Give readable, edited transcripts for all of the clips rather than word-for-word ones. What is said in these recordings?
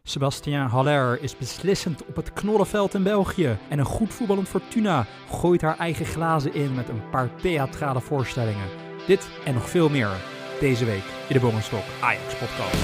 Sébastien Haller is beslissend op het knollenveld in België. En een goed voetballend Fortuna gooit haar eigen glazen in met een paar theatrale voorstellingen. Dit en nog veel meer deze week in de Bongenstok Ajax podcast.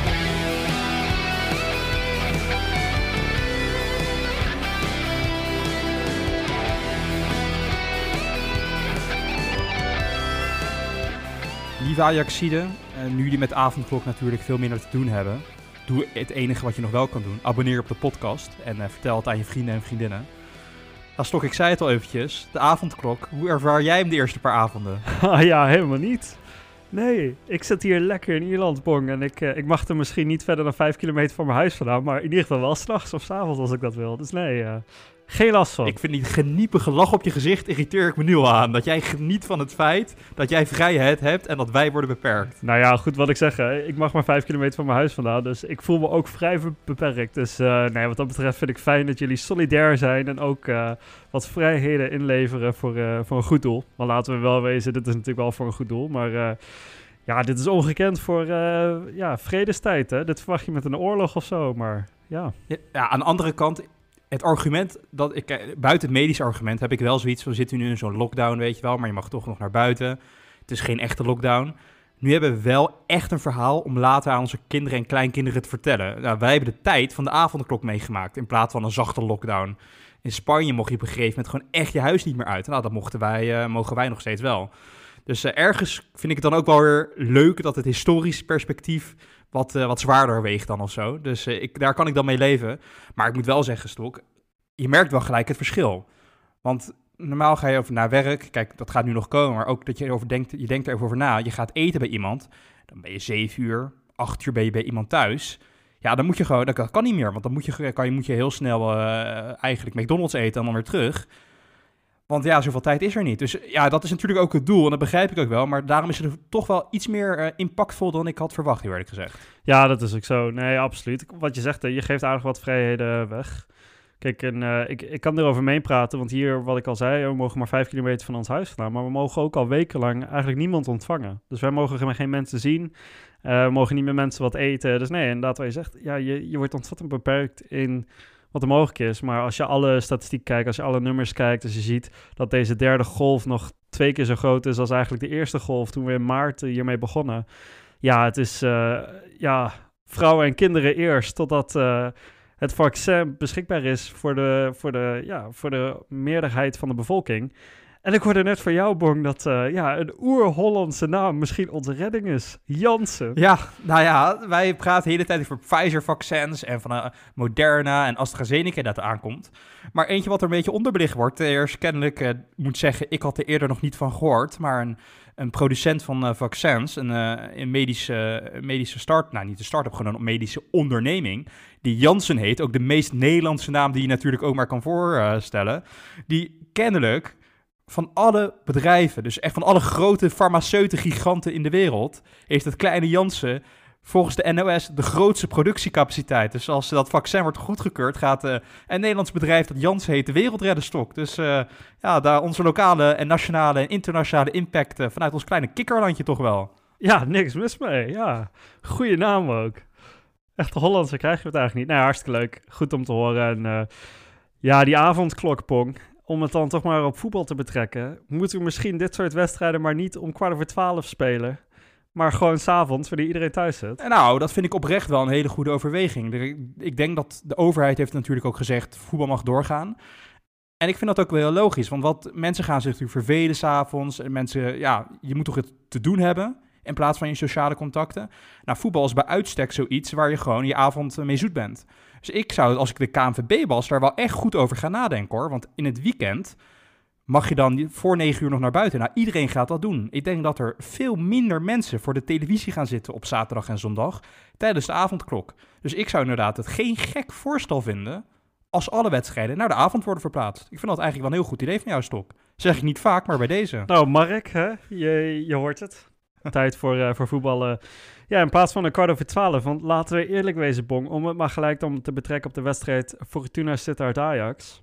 Lieve Ajaxiden, nu jullie met de avondklok natuurlijk veel minder te doen hebben, doe het enige wat je nog wel kan doen. Abonneer op de podcast en vertel het aan je vrienden en vriendinnen. Nou Stok, ik zei het al eventjes, de avondklok. Hoe ervaar jij hem de eerste paar avonden? Ja, helemaal niet. Nee, ik zit hier lekker in Ierland, Bong. En ik mag er misschien niet verder dan 5 kilometer van mijn huis vandaan. Maar in ieder geval wel 's nachts of 's avonds als ik dat wil. Dus nee, geen last van. Ik vind die geniepige lach op je gezicht irriteer ik me nu al aan. Dat jij geniet van het feit dat jij vrijheid hebt en dat wij worden beperkt. Nou ja, goed wat ik zeg. Ik mag maar 5 kilometer van mijn huis vandaan. Dus ik voel me ook vrij beperkt. Dus nee, wat dat betreft vind ik fijn dat jullie solidair zijn. En ook wat vrijheden inleveren voor een goed doel. Maar laten we wel wezen, dit is natuurlijk wel voor een goed doel. Maar ja, dit is ongekend voor vredestijd. Hè? Dit verwacht je met een oorlog of zo. Maar ja. Ja, aan de andere kant, het argument dat ik, buiten het medische argument, heb ik wel zoiets van: we zitten nu in zo'n lockdown, weet je wel, maar je mag toch nog naar buiten. Het is geen echte lockdown. Nu hebben we wel echt een verhaal om later aan onze kinderen en kleinkinderen te vertellen. Nou, wij hebben de tijd van de avondklok meegemaakt in plaats van een zachte lockdown. In Spanje mocht je op een gegeven moment gewoon echt je huis niet meer uit. Nou, dat mogen wij nog steeds wel. Dus ergens vind ik het dan ook wel weer leuk dat het historisch perspectief wat zwaarder weegt dan of zo. Dus daar kan ik dan mee leven. Maar ik moet wel zeggen, Stok, je merkt wel gelijk het verschil. Want normaal ga je over naar werk. Kijk, dat gaat nu nog komen. Maar ook dat je denkt er even over na. Je gaat eten bij iemand. Dan ben je 7 uur, 8 uur ben je bij iemand thuis. Ja, dan moet je gewoon, dat kan niet meer. Want dan moet je heel snel eigenlijk McDonald's eten en dan weer terug. Want ja, zoveel tijd is er niet. Dus ja, dat is natuurlijk ook het doel. En dat begrijp ik ook wel. Maar daarom is het toch wel iets meer impactvol dan ik had verwacht, eerlijk gezegd. Ja, dat is ook zo. Nee, absoluut. Wat je zegt, je geeft aardig wat vrijheden weg. Kijk, en ik kan erover meepraten. Want hier, wat ik al zei, we mogen maar 5 kilometer van ons huis vandaan. Maar we mogen ook al wekenlang eigenlijk niemand ontvangen. Dus wij mogen geen mensen zien. We mogen niet met mensen wat eten. Dus nee, inderdaad wat je zegt. Ja, je wordt ontzettend beperkt in wat er mogelijk is. Maar als je alle statistiek kijkt, als je alle nummers kijkt, als je ziet dat deze derde golf nog 2 keer zo groot is als eigenlijk de eerste golf toen we in maart hiermee begonnen. Ja, het is vrouwen en kinderen eerst totdat het vaccin beschikbaar is voor de meerderheid van de bevolking. En ik hoorde net van jou, Bong, dat een oer-Hollandse naam misschien onze redding is. Janssen. Ja, nou ja, wij praten de hele tijd over Pfizer-vaccins en van Moderna en AstraZeneca dat er aankomt. Maar eentje wat er een beetje onderbelicht wordt, eerst kennelijk moet zeggen, ik had er eerder nog niet van gehoord, maar een producent van vaccins, een medische start, nou niet een start-up, gewoon een medische onderneming, die Janssen heet, ook de meest Nederlandse naam die je natuurlijk ook maar kan voorstellen, die kennelijk van alle bedrijven, dus echt van alle grote farmaceutengiganten in de wereld, heeft het kleine Janssen volgens de NOS de grootste productiecapaciteit. Dus als dat vaccin wordt goedgekeurd, gaat een Nederlands bedrijf dat Janssen heet de wereld redden, Stok. Dus daar onze lokale en nationale en internationale impact vanuit ons kleine kikkerlandje toch wel. Ja, niks mis mee. Ja, goede naam ook. Echt Hollandse krijg je het eigenlijk niet. Nou, hartstikke leuk. Goed om te horen. En die avondklok, Pong. Om het dan toch maar op voetbal te betrekken, moeten we misschien dit soort wedstrijden maar niet om 11:15 spelen, maar gewoon 's avonds, wanneer iedereen thuis zit. Nou, dat vind ik oprecht wel een hele goede overweging. Ik denk dat de overheid heeft natuurlijk ook gezegd, voetbal mag doorgaan. En ik vind dat ook wel heel logisch, want mensen gaan zich natuurlijk vervelen 's avonds. En mensen, je moet toch het te doen hebben in plaats van je sociale contacten. Nou, voetbal is bij uitstek zoiets waar je gewoon je avond mee zoet bent. Dus ik zou, als ik de KNVB was, daar wel echt goed over gaan nadenken, hoor. Want in het weekend mag je dan voor 9 uur nog naar buiten. Nou, iedereen gaat dat doen. Ik denk dat er veel minder mensen voor de televisie gaan zitten op zaterdag en zondag tijdens de avondklok. Dus ik zou inderdaad het geen gek voorstel vinden als alle wedstrijden naar de avond worden verplaatst. Ik vind dat eigenlijk wel een heel goed idee van jou, Stok. Zeg ik niet vaak, maar bij deze. Nou, Mark, hè? Je hoort het. Tijd voor voetballen. Ja, in plaats van 11:15. Want laten we eerlijk wezen, Bong, om het maar gelijk dan te betrekken op de wedstrijd Fortuna Sittard-Ajax.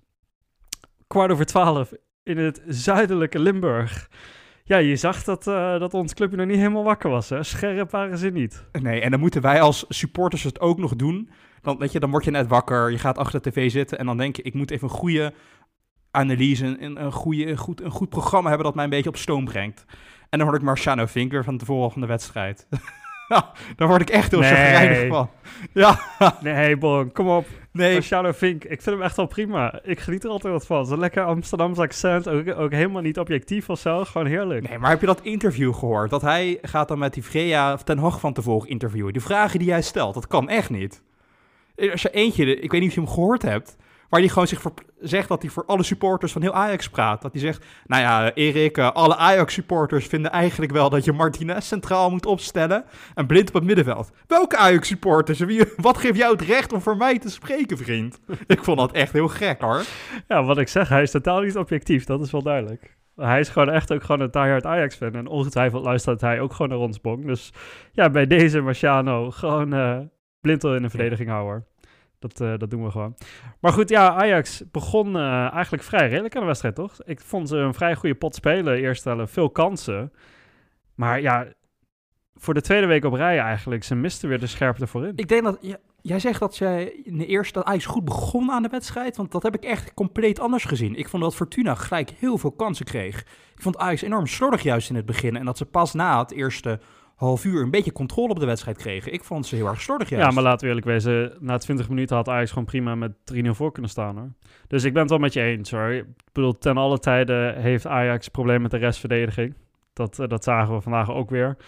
11:15 in het zuidelijke Limburg. Ja, je zag dat ons clubje nog niet helemaal wakker was. Hè? Scherp waren ze niet. Nee, en dan moeten wij als supporters het ook nog doen Dan, weet je, dan word je net wakker, je gaat achter de tv zitten en dan denk je, ik moet even een goede analyse, een goed programma hebben dat mij een beetje op stoom brengt. En dan word ik Marciano Vink weer van de volgende wedstrijd. Ja, daar word ik echt heel chagrijnig van. Ja. Nee, Bon, kom op. Nee. Marciano Vink, ik vind hem echt wel prima. Ik geniet er altijd wat van. Zo'n lekker Amsterdamse accent, ook helemaal niet objectief of zo. Gewoon heerlijk. Nee, maar heb je dat interview gehoord? Dat hij gaat dan met die Freya ten Hag van tevoren interviewen. De vragen die hij stelt, dat kan echt niet. Als je eentje, ik weet niet of je hem gehoord hebt, waar hij gewoon zegt dat hij voor alle supporters van heel Ajax praat. Dat hij zegt, nou ja, Erik, alle Ajax-supporters vinden eigenlijk wel dat je Martinez centraal moet opstellen en Blind op het middenveld. Welke Ajax-supporters? Wat geeft jou het recht om voor mij te spreken, vriend? Ik vond dat echt heel gek, hoor. Ja, wat ik zeg, hij is totaal niet objectief, dat is wel duidelijk. Hij is gewoon echt ook gewoon een diehard Ajax-fan en ongetwijfeld luistert hij ook gewoon naar ons Bong. Dus ja, bij deze Marciano gewoon Blind in de verdediging houden. Dat doen we gewoon. Maar goed, ja, Ajax begon eigenlijk vrij redelijk aan de wedstrijd, toch? Ik vond ze een vrij goede pot spelen. Eerst stellen veel kansen. Maar ja, voor de tweede week op rij eigenlijk, ze misten weer de scherpte voorin. Ik denk dat, jij zegt dat dat Ajax goed begon aan de wedstrijd, want dat heb ik echt compleet anders gezien. Ik vond dat Fortuna gelijk heel veel kansen kreeg. Ik vond Ajax enorm slordig juist in het begin en dat ze pas na het eerste half uur een beetje controle op de wedstrijd kregen. Ik vond ze heel erg slordig juist. Ja, maar laten we eerlijk wezen, na 20 minuten had Ajax gewoon prima met 3-0 voor kunnen staan, hoor. Dus ik ben het wel met je eens, hoor. Ik bedoel, ten alle tijden heeft Ajax probleem met de restverdediging. Dat zagen we vandaag ook weer.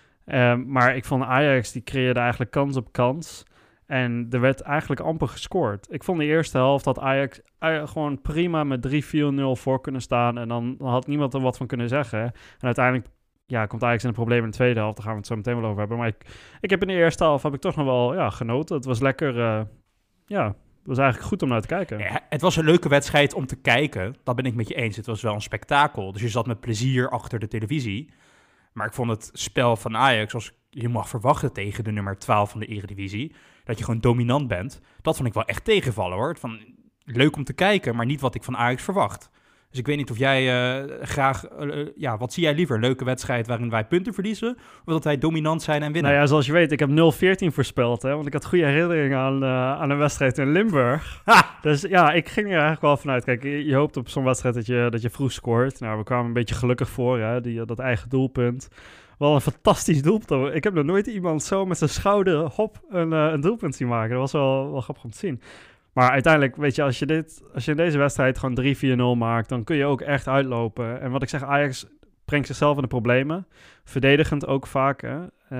Maar ik vond Ajax, die creëerde eigenlijk kans op kans. En er werd eigenlijk amper gescoord. Ik vond de eerste helft dat Ajax gewoon prima met 3-4-0 voor kunnen staan. En dan had niemand er wat van kunnen zeggen. En uiteindelijk komt Ajax in een probleem in de tweede helft. Daar gaan we het zo meteen wel over hebben. Maar ik heb in de eerste helft toch nog wel genoten. Het was lekker, het was eigenlijk goed om naar te kijken. Ja, het was een leuke wedstrijd om te kijken. Dat ben ik met je eens. Het was wel een spektakel. Dus je zat met plezier achter de televisie. Maar ik vond het spel van Ajax, zoals je mag verwachten tegen de nummer 12 van de Eredivisie, dat je gewoon dominant bent. Dat vond ik wel echt tegenvallen, hoor. Leuk om te kijken, maar niet wat ik van Ajax verwacht. Dus ik weet niet of jij graag... wat zie jij liever? Een leuke wedstrijd waarin wij punten verliezen? Of dat wij dominant zijn en winnen? Nou ja, zoals je weet, ik heb 0-14 voorspeld. Hè, want ik had goede herinneringen aan een wedstrijd in Limburg. Dus ja, ik ging er eigenlijk wel vanuit. Kijk, je hoopt op zo'n wedstrijd dat je vroeg scoort. Nou, we kwamen een beetje gelukkig voor, hè, dat eigen doelpunt. Wel een fantastisch doelpunt. Ik heb nog nooit iemand zo met zijn schouder een doelpunt zien maken. Dat was wel grappig om te zien. Maar uiteindelijk, weet je, als je in deze wedstrijd gewoon 3-4-0 maakt, dan kun je ook echt uitlopen. En wat ik zeg, Ajax brengt zichzelf in de problemen. Verdedigend ook vaak. Hè?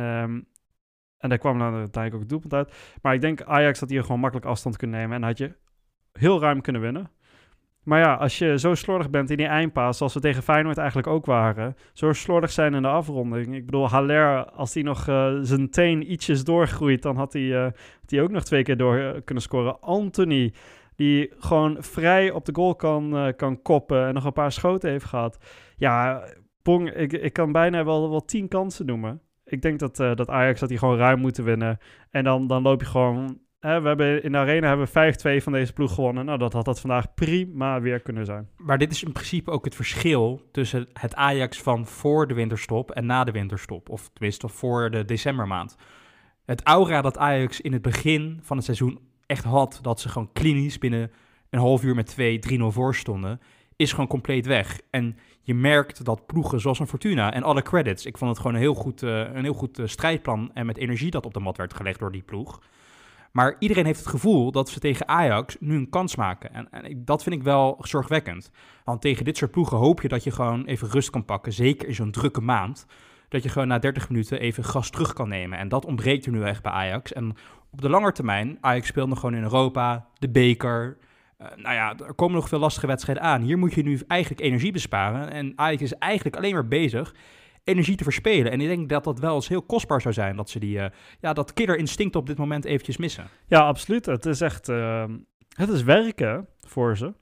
En daar kwam dan uiteindelijk ook het doelpunt uit. Maar ik denk Ajax had hier gewoon makkelijk afstand kunnen nemen. En had je heel ruim kunnen winnen. Maar ja, als je zo slordig bent in die eindpaas, zoals we tegen Feyenoord eigenlijk ook waren, zo slordig zijn in de afronding. Ik bedoel, Haller, als hij nog zijn teen ietsjes doorgroeit, dan had hij ook nog 2 keer door kunnen scoren. Anthony, die gewoon vrij op de goal kan koppen en nog een paar schoten heeft gehad. Ja, Pong, ik kan bijna wel 10 kansen noemen. Ik denk dat Ajax dat hij gewoon ruim moeten winnen. En dan loop je gewoon... We hebben in de arena hebben 5-2 van deze ploeg gewonnen. Nou, dat had dat vandaag prima weer kunnen zijn. Maar dit is in principe ook het verschil tussen het Ajax van voor de winterstop en na de winterstop. Of tenminste voor de decembermaand. Het aura dat Ajax in het begin van het seizoen echt had, dat ze gewoon klinisch binnen een half uur met 2-3-0 voor stonden, is gewoon compleet weg. En je merkt dat ploegen zoals een Fortuna en alle credits, ik vond het gewoon een heel goed strijdplan en met energie dat op de mat werd gelegd door die ploeg. Maar iedereen heeft het gevoel dat ze tegen Ajax nu een kans maken. En dat vind ik wel zorgwekkend. Want tegen dit soort ploegen hoop je dat je gewoon even rust kan pakken. Zeker in zo'n drukke maand. Dat je gewoon na 30 minuten even gas terug kan nemen. En dat ontbreekt er nu echt bij Ajax. En op de lange termijn, Ajax speelt nog gewoon in Europa, de beker. Er komen nog veel lastige wedstrijden aan. Hier moet je nu eigenlijk energie besparen. En Ajax is eigenlijk alleen maar bezig energie te verspelen. En ik denk dat dat wel eens heel kostbaar zou zijn, dat ze dat killerinstinct op dit moment eventjes missen. Ja, absoluut. Het is echt, het is werken voor ze.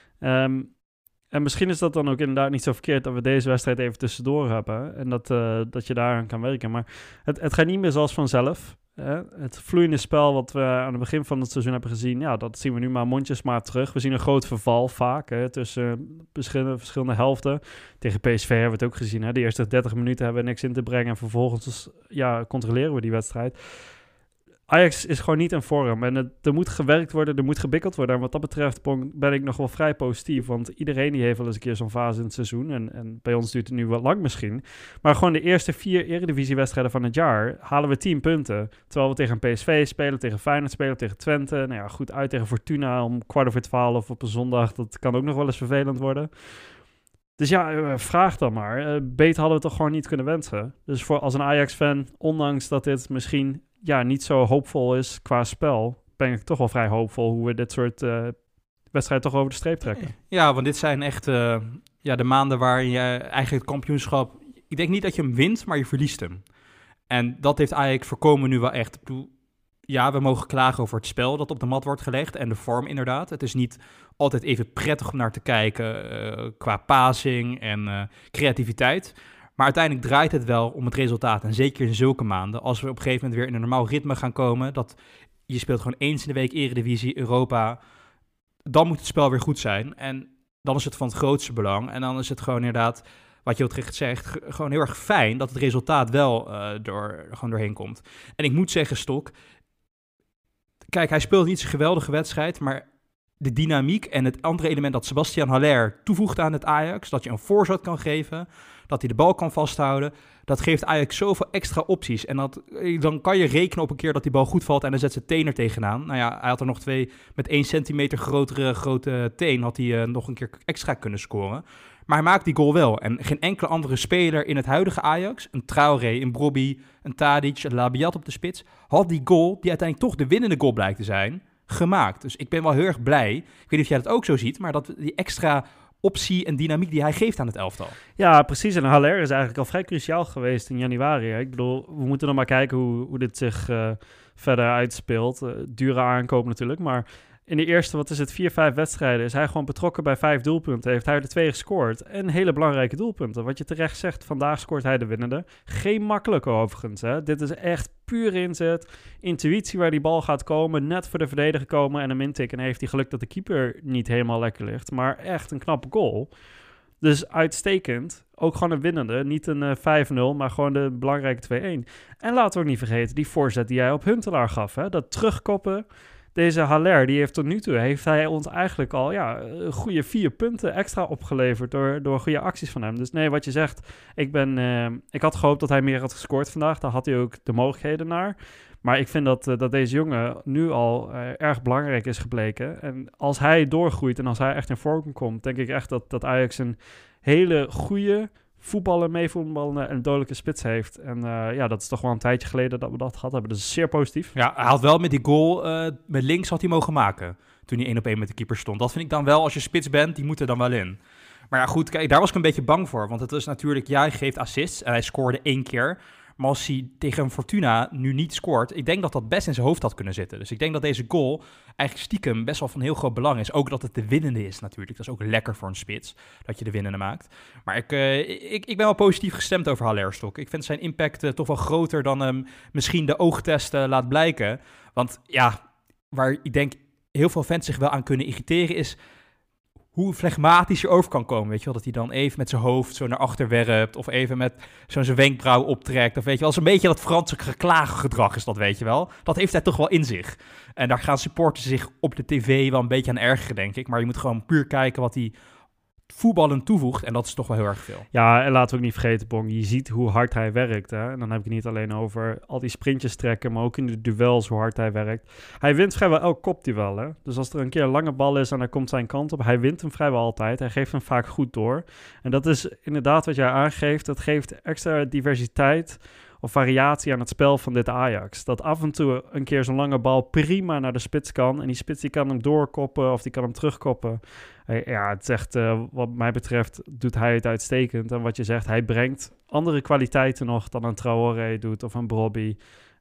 En misschien is dat dan ook inderdaad niet zo verkeerd dat we deze wedstrijd even tussendoor hebben. En dat je daaraan kan werken. Maar het gaat niet meer zoals vanzelf. Het vloeiende spel wat we aan het begin van het seizoen hebben gezien, ja, dat zien we nu maar mondjesmaat terug. We zien een groot verval vaak tussen verschillende helften. Tegen PSV hebben we het ook gezien. De eerste 30 minuten hebben we niks in te brengen en vervolgens controleren we die wedstrijd. Ajax is gewoon niet in vorm. En er moet gewerkt worden, er moet gebikkeld worden. En wat dat betreft ben ik nog wel vrij positief. Want iedereen die heeft wel eens een keer zo'n fase in het seizoen. En bij ons duurt het nu wel lang misschien. Maar gewoon de eerste 4 Eredivisiewedstrijden van het jaar halen we 10 punten. Terwijl we tegen PSV spelen, tegen Feyenoord spelen, tegen Twente. Nou ja, goed, uit tegen Fortuna om 11:15 op een zondag. Dat kan ook nog wel eens vervelend worden. Dus ja, vraag dan maar. Beter hadden we toch gewoon niet kunnen wensen. Dus als een Ajax-fan, ondanks dat dit misschien niet zo hoopvol is qua spel, ben ik toch wel vrij hoopvol hoe we dit soort wedstrijden toch over de streep trekken. Ja, want dit zijn echt de maanden waarin je eigenlijk het kampioenschap... Ik denk niet dat je hem wint, maar je verliest hem. En dat heeft Ajax voorkomen nu wel echt. Ik bedoel, ja, we mogen klagen over het spel dat op de mat wordt gelegd en de vorm inderdaad. Het is niet altijd even prettig om naar te kijken qua passing en creativiteit. Maar uiteindelijk draait het wel om het resultaat. En zeker in zulke maanden, als we op een gegeven moment weer in een normaal ritme gaan komen, dat je speelt gewoon eens in de week Eredivisie, Europa, dan moet het spel weer goed zijn. En dan is het van het grootste belang. En dan is het gewoon inderdaad, wat je heel terecht zegt, gewoon heel erg fijn dat het resultaat wel gewoon doorheen komt. En ik moet zeggen, Stok, kijk, hij speelt niet zo'n geweldige wedstrijd, maar de dynamiek en het andere element dat Sebastian Haller toevoegt aan het Ajax, dat je een voorzet kan geven, dat hij de bal kan vasthouden, dat geeft Ajax zoveel extra opties. En dan kan je rekenen op een keer dat die bal goed valt en dan zet zijn teen er tegenaan. Nou ja, hij had er nog 2 met 1 centimeter grote teen, had hij nog een keer extra kunnen scoren. Maar hij maakt die goal wel. En geen enkele andere speler in het huidige Ajax, een Traoré, een Brobby, een Tadic, een Labiat op de spits, had die goal, die uiteindelijk toch de winnende goal blijkt te zijn, gemaakt. Dus ik ben wel heel erg blij. Ik weet niet of jij dat ook zo ziet, maar dat die extra optie en dynamiek die hij geeft aan het elftal. Ja, precies. En Haller is eigenlijk al vrij cruciaal geweest in januari. Hè? Ik bedoel, we moeten nog maar kijken hoe dit zich verder uitspeelt. Dure aankoop natuurlijk, maar in de eerste, 4-5 wedstrijden is hij gewoon betrokken bij 5 doelpunten. Heeft hij er 2 gescoord. En hele belangrijke doelpunten. Wat je terecht zegt, vandaag scoort hij de winnende. Geen makkelijke overigens. Hè? Dit is echt puur inzet. Intuïtie waar die bal gaat komen. Net voor de verdediger komen en hem intikken. En heeft hij geluk dat de keeper niet helemaal lekker ligt. Maar echt een knappe goal. Dus uitstekend. Ook gewoon een winnende. Niet een 5-0, maar gewoon de belangrijke 2-1. En laten we ook niet vergeten die voorzet die hij op Huntelaar gaf. Hè? Dat terugkoppen. Deze Haller, die heeft tot nu toe, heeft hij ons eigenlijk al een goede 4 punten extra opgeleverd door goede acties van hem. Dus nee, wat je zegt, ik had gehoopt dat hij meer had gescoord vandaag. Daar had hij ook de mogelijkheden naar. Maar ik vind dat deze jongen nu al erg belangrijk is gebleken. En als hij doorgroeit en als hij echt in vorm komt, denk ik echt dat Ajax een hele goede meevoetballen en dodelijke spits heeft. En dat is toch wel een tijdje geleden dat we dat gehad hebben. Dus zeer positief. Ja, hij had wel met die goal, met links had hij mogen maken, toen hij 1-op-1 met de keeper stond. Dat vind ik dan wel, als je spits bent, die moet er dan wel in. Maar ja, goed, kijk, daar was ik een beetje bang voor. Want het is natuurlijk, hij geeft assists en hij scoorde 1 keer. Maar als hij tegen een Fortuna nu niet scoort, ik denk dat dat best in zijn hoofd had kunnen zitten. Dus ik denk dat deze goal eigenlijk stiekem best wel van heel groot belang is. Ook dat het de winnende is natuurlijk. Dat is ook lekker voor een spits, dat je de winnende maakt. Maar ik ben wel positief gestemd over Haller, Stok. Ik vind zijn impact toch wel groter dan misschien de oogtesten laat blijken. Want ja, waar ik denk heel veel fans zich wel aan kunnen irriteren is hoe flegmatisch je over kan komen, weet je wel. Dat hij dan even met zijn hoofd zo naar achter werpt, of even met zo'n zijn wenkbrauw optrekt, of weet je wel. Als een beetje dat Franse geklaaggedrag is dat, weet je wel. Dat heeft hij toch wel in zich. En daar gaan supporters zich op de tv wel een beetje aan ergeren, denk ik. Maar je moet gewoon puur kijken wat hij voetballen toevoegt, en dat is toch wel heel erg veel. Ja, en laten we ook niet vergeten, Bong, je ziet hoe hard hij werkt. Hè? En dan heb ik het niet alleen over al die sprintjes trekken, maar ook in de duels hoe hard hij werkt. Hij wint vrijwel elk kopduel. Hè? Dus als er een keer een lange bal is en hij komt zijn kant op, hij wint hem vrijwel altijd. Hij geeft hem vaak goed door. En dat is inderdaad wat jij aangeeft. Dat geeft extra diversiteit of variatie aan het spel van dit Ajax. Dat af en toe een keer zo'n lange bal prima naar de spits kan. En die spits die kan hem doorkoppen of die kan hem terugkoppen. Ja, het is echt, wat mij betreft, doet hij het uitstekend. En wat je zegt, hij brengt andere kwaliteiten nog dan een Traoré doet of een Brobby.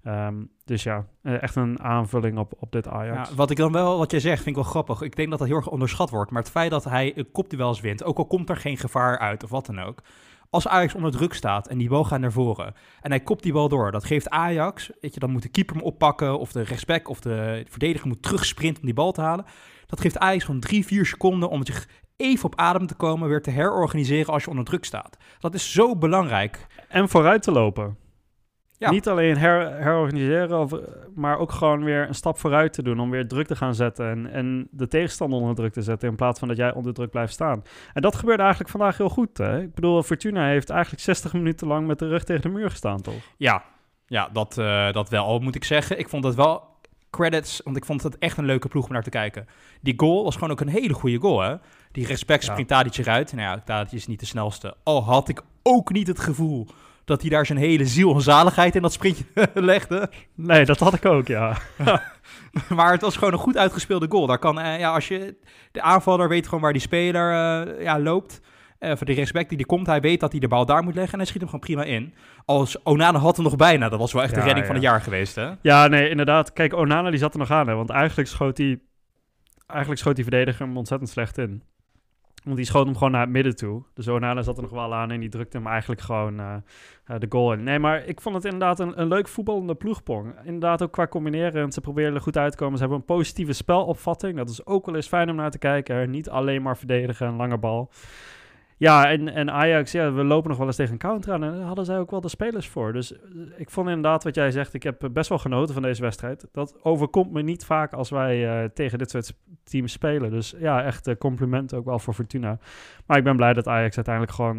Dus ja, echt een aanvulling op dit Ajax. Ja, wat jij zegt, vind ik wel grappig. Ik denk dat dat heel erg onderschat wordt. Maar het feit dat hij kopduels wint, ook al komt er geen gevaar uit of wat dan ook. Als Ajax onder druk staat en die bal gaat naar voren en hij kopt die bal door, dat geeft Ajax, weet je, dan moet de keeper hem oppakken of de rechtsback of de verdediger moet terugsprinten om die bal te halen. Dat geeft Ajax gewoon 3-4 seconden om zich even op adem te komen, weer te herorganiseren als je onder druk staat. Dat is zo belangrijk. En vooruit te lopen. Ja. Niet alleen herorganiseren, maar ook gewoon weer een stap vooruit te doen. Om weer druk te gaan zetten en de tegenstander onder druk te zetten. In plaats van dat jij onder druk blijft staan. En dat gebeurde eigenlijk vandaag heel goed. Hè? Ik bedoel, Fortuna heeft eigenlijk 60 minuten lang met de rug tegen de muur gestaan, toch? Ja, dat wel. Al moet ik zeggen, ik vond het wel credits, want ik vond het echt een leuke ploeg om naar te kijken. Die goal was gewoon ook een hele goede goal, hè? Die respect springt Tadic eruit. Nou ja, Tadic is niet de snelste. Al had ik ook niet het gevoel dat hij daar zijn hele ziel en zaligheid in dat sprintje legde. Nee, dat had ik ook, ja. Maar het was gewoon een goed uitgespeelde goal. Daar kan, als je de aanvaller weet gewoon waar die speler loopt. Voor de respect die komt, hij weet dat hij de bal daar moet leggen en hij schiet hem gewoon prima in. Als Onana had hem nog bijna, dat was wel echt de redding van het jaar geweest, hè? Ja, nee, inderdaad. Kijk, Onana die zat er nog aan, hè, want eigenlijk schoot die verdediger hem ontzettend slecht in. Want die schoot hem gewoon naar het midden toe. Dus Onana zat er nog wel aan en die drukte hem eigenlijk gewoon de goal in. Nee, maar ik vond het inderdaad een leuk voetballende ploegpong. Inderdaad ook qua combineren. Ze proberen er goed uit te komen. Ze hebben een positieve spelopvatting. Dat is ook wel eens fijn om naar te kijken. Niet alleen maar verdedigen en lange bal. Ja, en Ajax, we lopen nog wel eens tegen een counter aan. En daar hadden zij ook wel de spelers voor. Dus ik vond inderdaad wat jij zegt. Ik heb best wel genoten van deze wedstrijd. Dat overkomt me niet vaak als wij tegen dit soort teams spelen. Dus ja, echt complimenten ook wel voor Fortuna. Maar ik ben blij dat Ajax uiteindelijk gewoon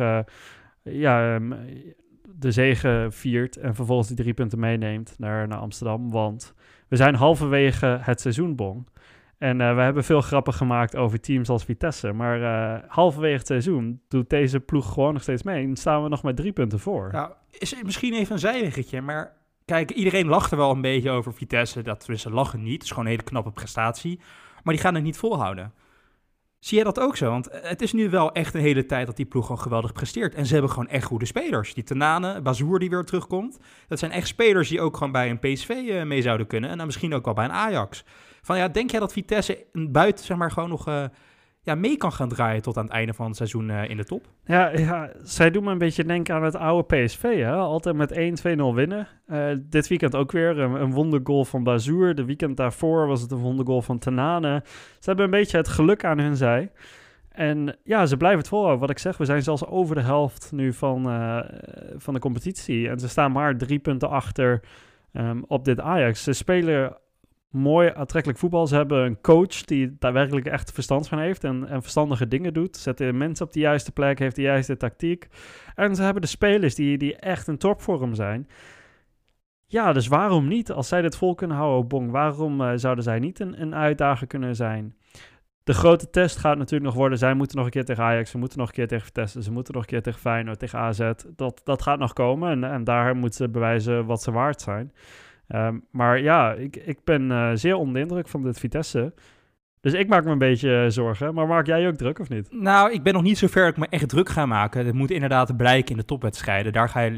de zege viert. En vervolgens die 3 punten meeneemt naar Amsterdam. Want we zijn halverwege het seizoen, Bong. En we hebben veel grappen gemaakt over teams als Vitesse. Maar halverwege het seizoen doet deze ploeg gewoon nog steeds mee. En staan we nog met 3 punten voor. Nou, is misschien even een zijweggetje. Maar kijk, iedereen lacht er wel een beetje over Vitesse. Ze lachen niet. Het is gewoon een hele knappe prestatie. Maar die gaan het niet volhouden. Zie jij dat ook zo? Want het is nu wel echt een hele tijd dat die ploeg gewoon geweldig presteert. En ze hebben gewoon echt goede spelers. Die Tanane, Bazoer die weer terugkomt. Dat zijn echt spelers die ook gewoon bij een PSV mee zouden kunnen. En dan misschien ook wel bij een Ajax. Denk jij dat Vitesse buiten zeg maar gewoon nog mee kan gaan draaien tot aan het einde van het seizoen in de top? Ja, zij doen me een beetje denken aan het oude PSV. Hè? Altijd met 1-2-0 winnen. Dit weekend ook weer een wondergoal van Bazoer. De weekend daarvoor was het een wondergoal van Tanane. Ze hebben een beetje het geluk aan hun zij. En ja, ze blijven het volhouden. Wat ik zeg, we zijn zelfs over de helft nu van de competitie. En ze staan maar 3 punten achter op dit Ajax. Ze spelen mooi, aantrekkelijk voetbal. Ze hebben een coach die daar werkelijk echt verstand van heeft en verstandige dingen doet. Zet de mensen op de juiste plek, heeft de juiste tactiek. En ze hebben de spelers die echt in topvorm zijn. Ja, dus waarom niet? Als zij dit vol kunnen houden, Bong, waarom zouden zij niet een uitdager kunnen zijn? De grote test gaat natuurlijk nog worden. Zij moeten nog een keer tegen Ajax, ze moeten nog een keer tegen Vitesse, ze moeten nog een keer tegen Feyenoord, tegen AZ. Dat gaat nog komen en daar moeten ze bewijzen wat ze waard zijn. Maar ja, ik ben zeer onder de indruk van dit Vitesse. Dus ik maak me een beetje zorgen. Maar maak jij je ook druk of niet? Nou, ik ben nog niet zo ver dat ik me echt druk ga maken. Het moet inderdaad blijken in de topwedstrijden. Daar ga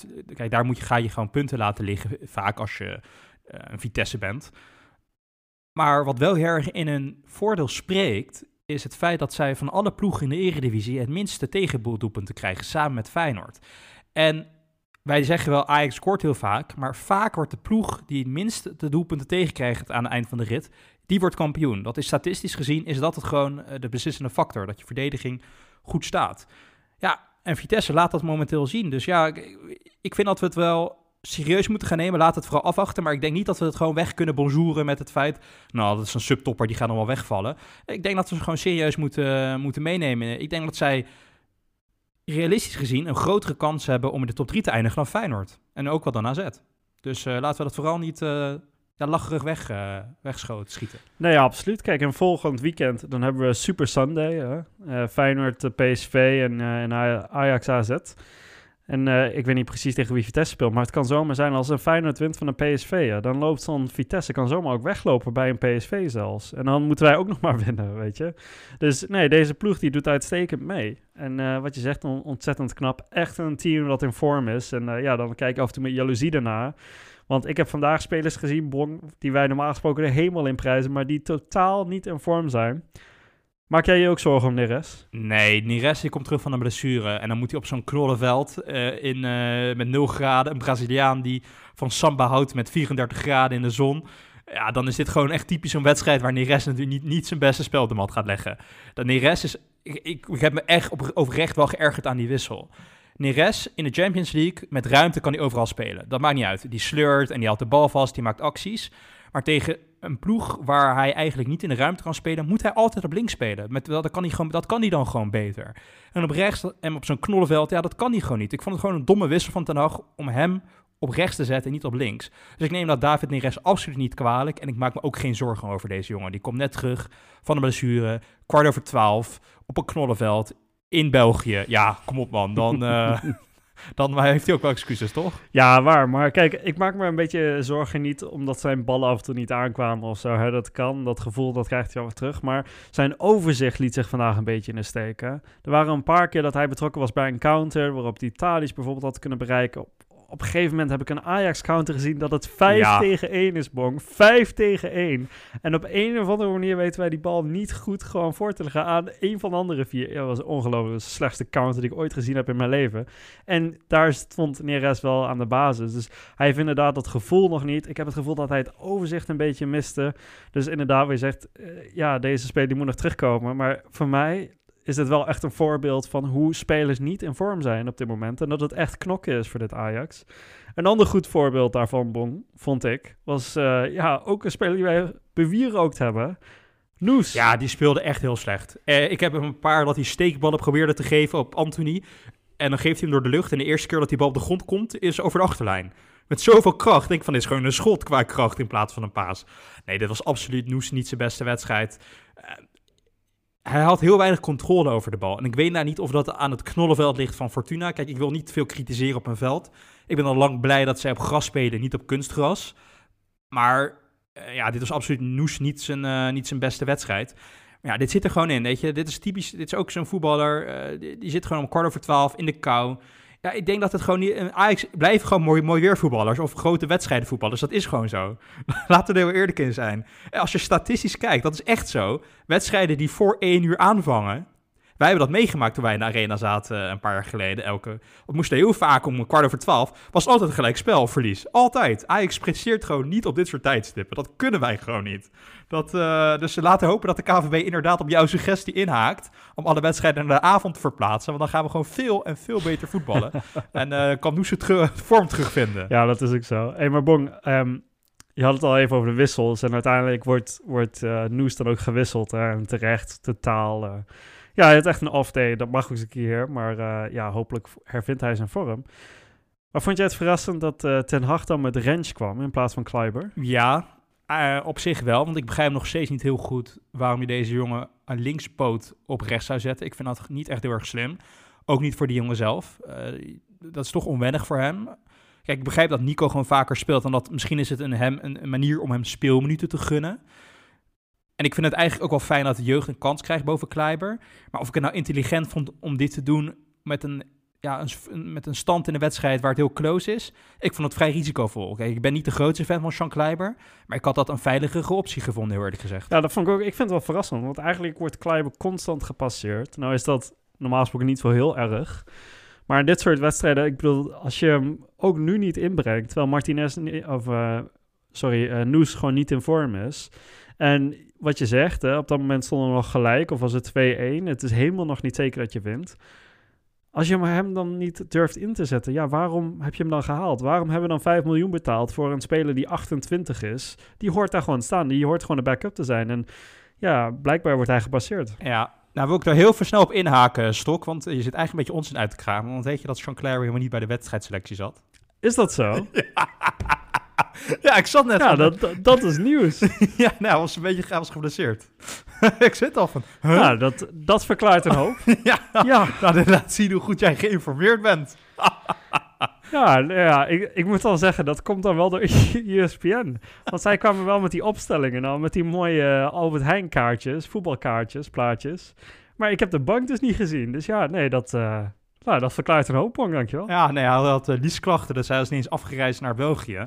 je gewoon punten laten liggen, vaak als je een Vitesse bent. Maar wat wel heel erg in een voordeel spreekt, is het feit dat zij van alle ploegen in de Eredivisie het minste tegendoelpunten krijgen, samen met Feyenoord. En wij zeggen wel, Ajax scoort heel vaak, maar vaak wordt de ploeg die het minst de doelpunten tegenkrijgt aan het eind van de rit, die wordt kampioen. Dat is statistisch gezien, is dat het gewoon de beslissende factor, dat je verdediging goed staat. Ja, en Vitesse laat dat momenteel zien. Dus ja, ik vind dat we het wel serieus moeten gaan nemen. Laat het vooral afwachten, maar ik denk niet dat we het gewoon weg kunnen bonjouren met het feit, nou, dat is een subtopper, die gaat nog wel wegvallen. Ik denk dat we ze gewoon serieus moeten meenemen. Ik denk dat zij realistisch gezien een grotere kans hebben om in de top 3 te eindigen dan Feyenoord. En ook wel dan AZ. Dus laten we dat vooral niet lacherig wegschieten. Nee, ja, absoluut. Kijk, en volgend weekend dan hebben we Super Sunday. Feyenoord, PSV en Ajax AZ. En ik weet niet precies tegen wie Vitesse speelt, maar het kan zomaar zijn als een Feyenoord wint van een PSV. Ja, dan loopt zo'n Vitesse, kan zomaar ook weglopen bij een PSV zelfs. En dan moeten wij ook nog maar winnen, weet je. Dus nee, deze ploeg die doet uitstekend mee. En wat je zegt, ontzettend knap. Echt een team dat in vorm is. En dan kijk ik af en toe met jaloezie daarna. Want ik heb vandaag spelers gezien, Bong, die wij normaal gesproken er helemaal in prijzen, maar die totaal niet in vorm zijn. Maak jij je ook zorgen om Neres? Nee, Neres die komt terug van een blessure. En dan moet hij op zo'n knollenveld met 0 graden. Een Braziliaan die van samba houdt met 34 graden in de zon. Ja, dan is dit gewoon echt typisch een wedstrijd waar Neres natuurlijk niet zijn beste spel op de mat gaat leggen. Dat Neres is... Ik heb me echt oprecht wel geërgerd aan die wissel. Neres in de Champions League, met ruimte kan hij overal spelen. Dat maakt niet uit. Die sleurt en die houdt de bal vast, die maakt acties. Maar tegen een ploeg waar hij eigenlijk niet in de ruimte kan spelen, moet hij altijd op links spelen. Dat kan hij dan gewoon beter. En op rechts en op zo'n knollenveld, ja, dat kan hij gewoon niet. Ik vond het gewoon een domme wissel van Ten Hag om hem op rechts te zetten en niet op links. Dus ik neem dat David Neres absoluut niet kwalijk. En ik maak me ook geen zorgen over deze jongen. Die komt net terug van de blessure, 11:15, op een knollenveld in België. Ja, kom op man, dan heeft hij ook wel excuses, toch? Ja, waar. Maar kijk, ik maak me een beetje zorgen niet omdat zijn ballen af en toe niet aankwamen of zo. Hè. Dat kan, dat gevoel, dat krijgt hij wel weer terug. Maar zijn overzicht liet zich vandaag een beetje in de steek. Hè. Er waren een paar keer dat hij betrokken was bij een counter, waarop die Tadic bijvoorbeeld had kunnen bereiken. Op een gegeven moment heb ik een Ajax-counter gezien dat het 5 tegen 1 is, Bong. 5 tegen 1. En op een of andere manier weten wij die bal niet goed gewoon voor te leggen aan een van de andere 4. Ja, dat was ongelooflijk. De slechtste counter die ik ooit gezien heb in mijn leven. En daar stond Neres wel aan de basis. Dus hij heeft inderdaad dat gevoel nog niet. Ik heb het gevoel dat hij het overzicht een beetje miste. Dus inderdaad, wie zegt, ja, deze speler die moet nog terugkomen. Maar voor mij is dit wel echt een voorbeeld van hoe spelers niet in vorm zijn op dit moment. En dat het echt knokken is voor dit Ajax. Een ander goed voorbeeld daarvan, Bong, vond ik, was ook een speler die wij bewierookt hebben. Noes. Ja, die speelde echt heel slecht. Ik heb hem een paar dat hij steekballen probeerde te geven op Anthony. En dan geeft hij hem door de lucht. En de eerste keer dat die bal op de grond komt, is over de achterlijn. Met zoveel kracht. Denk van, dit is gewoon een schot qua kracht in plaats van een paas. Nee, dit was absoluut Noes niet zijn beste wedstrijd. Hij had heel weinig controle over de bal. En ik weet nou niet of dat aan het knollenveld ligt van Fortuna. Kijk, ik wil niet veel kritiseren op een veld. Ik ben al lang blij dat zij op gras spelen, niet op kunstgras. Maar dit was absoluut Noes niet zijn beste wedstrijd. Maar ja, dit zit er gewoon in, weet je. Dit is typisch, dit is ook zo'n voetballer. Die zit gewoon om 11:15 in de kou. Ja, ik denk dat het gewoon niet... Ajax blijven gewoon mooi weervoetballers of grote wedstrijden voetballers. Dat is gewoon zo. Laten we er heel eerlijk in zijn. Als je statistisch kijkt, dat is echt zo. Wedstrijden die voor 1 uur aanvangen. Wij hebben dat meegemaakt toen wij in de arena zaten een paar jaar geleden. We moesten heel vaak om 11:15. Was altijd een gelijk spel, verlies. Altijd. Ajax presteert gewoon niet op dit soort tijdstippen. Dat kunnen wij gewoon niet. Dus laten we hopen dat de KVB inderdaad op jouw suggestie inhaakt om alle wedstrijden naar de avond te verplaatsen. Want dan gaan we gewoon veel en veel beter voetballen. En kan Noes vorm terugvinden. Ja, dat is ook zo. Hey, maar Bong, je had het al even over de wissels. En uiteindelijk wordt Noes dan ook gewisseld. En terecht, totaal... Ja, hij had echt een off-day. Dat mag ook eens een keer. Maar hopelijk hervindt hij zijn vorm. Maar vond jij het verrassend dat Ten Hag dan met Rens kwam in plaats van Kleiber? Ja, op zich wel. Want ik begrijp nog steeds niet heel goed waarom je deze jongen aan linkspoot op rechts zou zetten. Ik vind dat niet echt heel erg slim. Ook niet voor die jongen zelf. Dat is toch onwennig voor hem. Kijk, ik begrijp dat Nico gewoon vaker speelt. En dat misschien is het een manier om hem speelminuten te gunnen. En ik vind het eigenlijk ook wel fijn dat de jeugd een kans krijgt boven Kleiber. Maar of ik het nou intelligent vond om dit te doen met een stand in de wedstrijd waar het heel close is. Ik vond het vrij risicovol. Kijk, ik ben niet de grootste fan van Sean Kleiber. Maar ik had dat een veiligere optie gevonden, heel eerlijk gezegd. Ja, dat vond ik ook. Ik vind het wel verrassend. Want eigenlijk wordt Kleiber constant gepasseerd. Nou is dat normaal gesproken niet zo heel erg. Maar in dit soort wedstrijden, ik bedoel, als je hem ook nu niet inbrengt, terwijl Noes gewoon niet in vorm is. En wat je zegt, op dat moment stonden we nog gelijk, of was het 2-1. Het is helemaal nog niet zeker dat je wint. Als je hem dan niet durft in te zetten, ja, waarom heb je hem dan gehaald? Waarom hebben we dan 5 miljoen betaald voor een speler die 28 is? Die hoort daar gewoon staan, die hoort gewoon de backup te zijn. En ja, blijkbaar wordt hij gepasseerd. Ja, nou wil ik daar heel snel op inhaken, Stok, want je zit eigenlijk een beetje onzin uit te kramen. Want weet je dat Sean Kleiber helemaal niet bij de wedstrijdselectie zat? Is dat zo? Ja, ik zat net... Ja, dat is nieuws. Ja, nou, was een beetje geblesseerd. Ik zit al van... Huh? Ja, dat verklaart een hoop. Ja. Nou, dit laat zien hoe goed jij geïnformeerd bent. Ik moet wel zeggen, dat komt dan wel door ESPN. Want zij kwamen wel met die opstellingen, nou, met die mooie Albert Heijn kaartjes, voetbalkaartjes, plaatjes. Maar ik heb de bank dus niet gezien. Dus ja, nee, dat verklaart een hoop, Pong, dankjewel. Ja, nee, hij had liesklachten, dus hij was niet eens afgereisd naar België.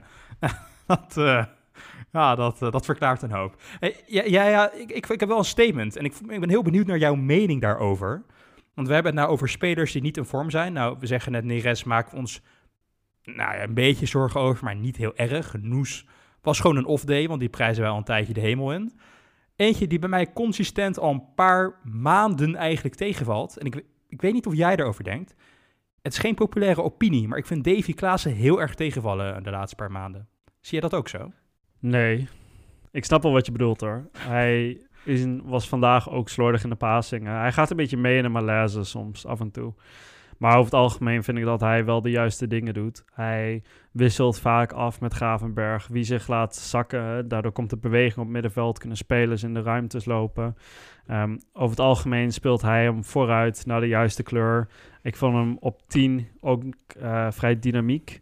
Dat verklaart een hoop. Ik heb wel een statement en ik ben heel benieuwd naar jouw mening daarover. Want we hebben het nou over spelers die niet in vorm zijn. Nou, we zeggen net, Neres maken we ons een beetje zorgen over, maar niet heel erg. Noes was gewoon een off-day, want die prijzen wij al een tijdje de hemel in. Eentje die bij mij consistent al een paar maanden eigenlijk tegenvalt. En ik weet niet of jij erover denkt. het is geen populaire opinie, maar ik vind Davy Klaassen heel erg tegenvallen de laatste paar maanden. Zie je dat ook zo? Nee, ik snap wel wat je bedoelt hoor. Hij was vandaag ook slordig in de passingen. Hij gaat een beetje mee in de malaise soms, af en toe. Maar over het algemeen vind ik dat hij wel de juiste dingen doet. Hij wisselt vaak af met Gravenberg. Wie zich laat zakken, daardoor komt de beweging op het middenveld. Kunnen spelers in de ruimtes lopen. Over het algemeen speelt hij hem vooruit naar de juiste kleur. Ik vond hem op 10 ook vrij dynamiek.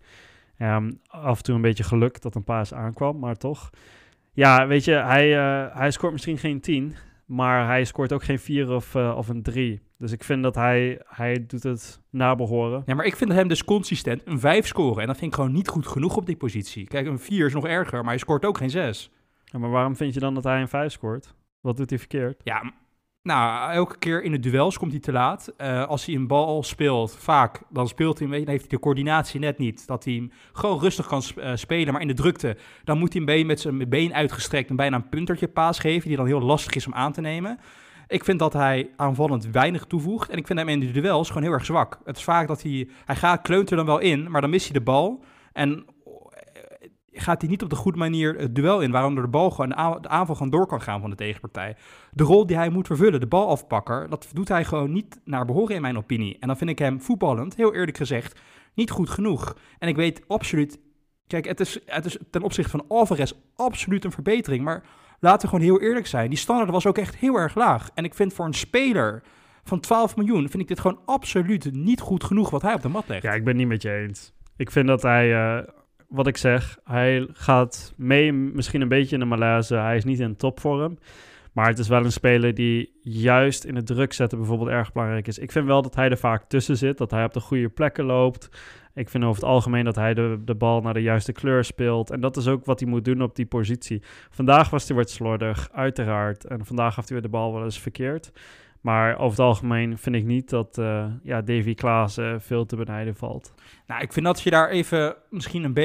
Af en toe een beetje geluk dat een paas aankwam, maar toch. Ja, weet je, hij scoort misschien geen 10, maar hij scoort ook geen 4 of een 3. Dus ik vind dat hij doet het naar behoren. Ja, maar ik vind hem dus consistent een 5 scoren. En dat vind ik gewoon niet goed genoeg op die positie. Kijk, een 4 is nog erger, maar hij scoort ook geen 6. Ja, maar waarom vind je dan dat hij een 5 scoort? Wat doet hij verkeerd? Ja, nou, elke keer in de duels komt hij te laat. Als hij een bal speelt, vaak, dan speelt hij dan heeft hij de coördinatie net niet. Dat hij hem gewoon rustig kan spelen, maar in de drukte, dan moet hij hem met zijn been uitgestrekt en bijna een puntertje paas geven, die dan heel lastig is om aan te nemen. Ik vind dat hij aanvallend weinig toevoegt en ik vind hem in de duels gewoon heel erg zwak. Het is vaak dat hij kleunt er dan wel in, maar dan mist hij de bal en gaat hij niet op de goede manier het duel in, waaronder de bal gewoon de aanval gewoon door kan gaan van de tegenpartij. De rol die hij moet vervullen, de balafpakker, dat doet hij gewoon niet naar behoren in mijn opinie. En dan vind ik hem voetballend, heel eerlijk gezegd, niet goed genoeg. En ik weet absoluut, kijk, het is ten opzichte van Alvarez absoluut een verbetering, maar laten we gewoon heel eerlijk zijn, die standaard was ook echt heel erg laag. En ik vind voor een speler van 12 miljoen, vind ik dit gewoon absoluut niet goed genoeg wat hij op de mat legt. Ja, ik ben het niet met je eens. Ik vind dat hij... wat ik zeg, hij gaat mee misschien een beetje in de malaise. Hij is niet in topvorm. Maar het is wel een speler die juist in het druk zetten bijvoorbeeld erg belangrijk is. Ik vind wel dat hij er vaak tussen zit. Dat hij op de goede plekken loopt. Ik vind over het algemeen dat hij de bal naar de juiste kleur speelt. En dat is ook wat hij moet doen op die positie. Vandaag was hij wat slordig, uiteraard. En vandaag gaf hij weer de bal wel eens verkeerd. Maar over het algemeen vind ik niet dat Davy Klaassen veel te benijden valt. Nou, ik vind dat je daar even misschien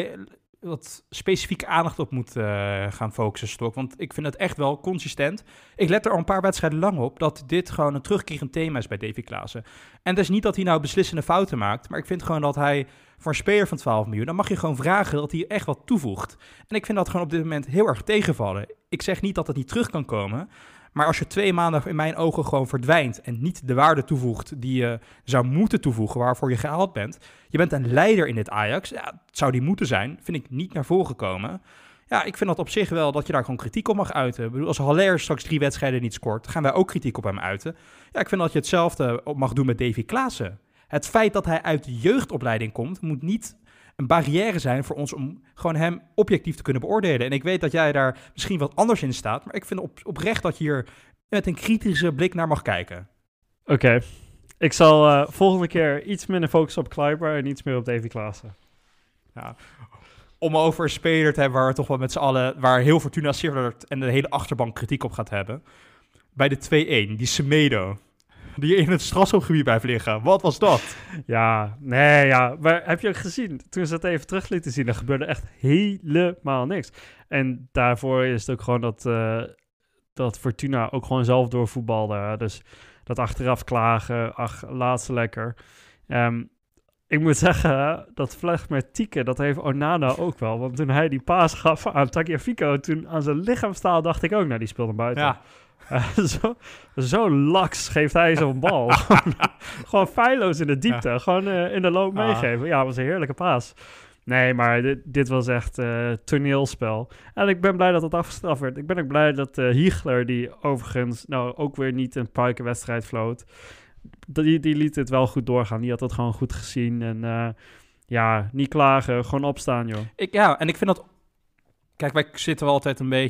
wat specifieke aandacht op moet gaan focussen, Stok. Want ik vind het echt wel consistent. Ik let er al een paar wedstrijden lang op dat dit gewoon een terugkerend thema is bij Davy Klaassen. En het is niet dat hij nou beslissende fouten maakt, maar ik vind gewoon dat hij voor een speler van 12 miljoen, dan mag je gewoon vragen dat hij echt wat toevoegt. En ik vind dat gewoon op dit moment heel erg tegenvallen. Ik zeg niet dat het niet terug kan komen, maar als je 2 maanden in mijn ogen gewoon verdwijnt en niet de waarde toevoegt die je zou moeten toevoegen, waarvoor je gehaald bent. Je bent een leider in dit Ajax. Ja, het zou die moeten zijn. Vind ik niet naar voren gekomen. Ja, ik vind dat op zich wel dat je daar gewoon kritiek op mag uiten. Ik bedoel, als Haller straks 3 wedstrijden niet scoort, gaan wij ook kritiek op hem uiten. Ja, ik vind dat je hetzelfde op mag doen met Davy Klaassen. Het feit dat hij uit de jeugdopleiding komt, moet niet een barrière zijn voor ons om gewoon hem objectief te kunnen beoordelen. En ik weet dat jij daar misschien wat anders in staat, maar ik vind oprecht dat je hier met een kritische blik naar mag kijken. Oké. Ik zal volgende keer iets minder focussen op Kluivert en iets meer op Davy Klaassen. Ja. Om over een speler te hebben waar we toch wel met z'n allen, waar heel Fortuna Sittard en de hele achterbank kritiek op gaat hebben. Bij de 2-1, die Semedo, die in het strafschopgebied blijft liggen. Wat was dat? Ja, maar heb je ook gezien? Toen ze het even terug lieten zien, er gebeurde echt helemaal niks. En daarvoor is het ook gewoon dat Fortuna ook gewoon zelf doorvoetbalde. Dus dat achteraf klagen, laat ze lekker. Ik moet zeggen, dat vlecht met Tieke, dat heeft Onana ook wel. Want toen hij die paas gaf aan Tagliafico, toen aan zijn lichaamstaal dacht ik ook, nou, die speelde buiten. Ja. Zo laks geeft hij zo'n bal. Gewoon feilloos in de diepte. Ja. Gewoon in de loop meegeven. Ja, dat was een heerlijke paas. Nee, maar dit was echt toneelspel. En ik ben blij dat het afgestraft werd. Ik ben ook blij dat Hiegler, die overigens nou ook weer niet een puikenwedstrijd floot, die liet het wel goed doorgaan. Die had het gewoon goed gezien. En niet klagen, gewoon opstaan, joh. En ik vind dat... Kijk, wij zitten wel altijd een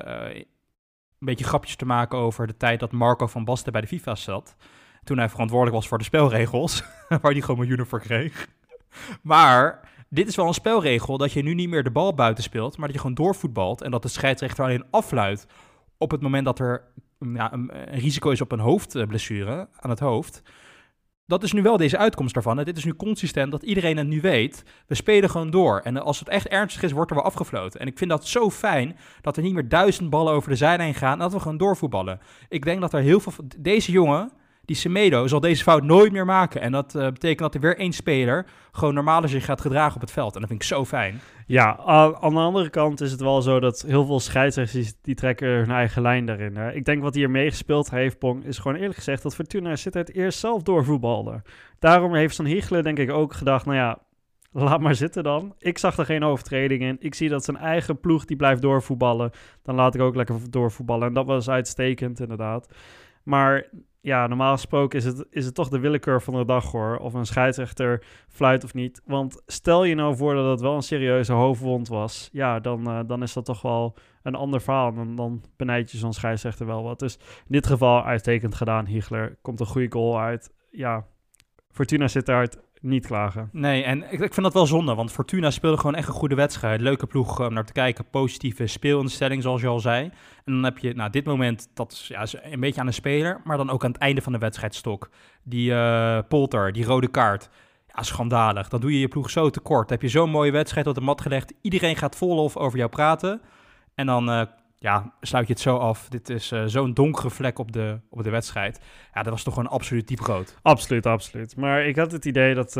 beetje grapjes te maken over de tijd dat Marco van Basten bij de FIFA zat. Toen hij verantwoordelijk was voor de spelregels, waar hij gewoon miljoenen voor kreeg. Maar dit is wel een spelregel dat je nu niet meer de bal buiten speelt, maar dat je gewoon doorvoetbalt en dat de scheidsrechter alleen afluidt op het moment dat er een risico is op een hoofdblessure aan het hoofd. Dat is nu wel deze uitkomst daarvan. En dit is nu consistent dat iedereen het nu weet. We spelen gewoon door. En als het echt ernstig is, wordt er wel afgefloten. En ik vind dat zo fijn dat er niet meer 1000 ballen over de zijlijn gaan en dat we gewoon doorvoetballen. Ik denk dat er heel veel... Deze jongen, Die Semedo zal deze fout nooit meer maken. En dat betekent dat er weer 1 speler gewoon normaal zich gaat gedragen op het veld. En dat vind ik zo fijn. Ja, aan de andere kant is het wel zo dat heel veel scheidsrechters die trekken hun eigen lijn daarin. Hè. Ik denk wat hier meegespeeld heeft, Pong, is gewoon eerlijk gezegd dat Fortuna Sittard eerst zelf doorvoetbalde. Daarom heeft Van Hiegelen denk ik ook gedacht, nou ja, laat maar zitten dan. Ik zag er geen overtreding in. Ik zie dat zijn eigen ploeg die blijft doorvoetballen. Dan laat ik ook lekker doorvoetballen. En dat was uitstekend inderdaad. Maar ja, normaal gesproken is het toch de willekeur van de dag hoor. Of een scheidsrechter fluit of niet. Want stel je nou voor dat het wel een serieuze hoofdwond was. Ja, dan is dat toch wel een ander verhaal. Dan benijd je zo'n scheidsrechter wel wat. Dus in dit geval uitstekend gedaan. Hiegler komt een goede goal uit. Ja, Fortuna Sittard niet klagen. Nee, en ik vind dat wel zonde, want Fortuna speelde gewoon echt een goede wedstrijd. Leuke ploeg om naar te kijken, positieve speelinstelling zoals je al zei. En dan heb je, dit moment, dat is een beetje aan de speler, maar dan ook aan het einde van de wedstrijd stok. Die Polter, die rode kaart, ja, schandalig. Dan doe je je ploeg zo tekort. Dan heb je zo'n mooie wedstrijd op de mat gelegd, iedereen gaat vol lof over jou praten. En dan sluit je het zo af. Dit is zo'n donkere vlek op de wedstrijd. Ja, dat was toch gewoon absoluut diep rood. Absoluut. Maar ik had het idee dat...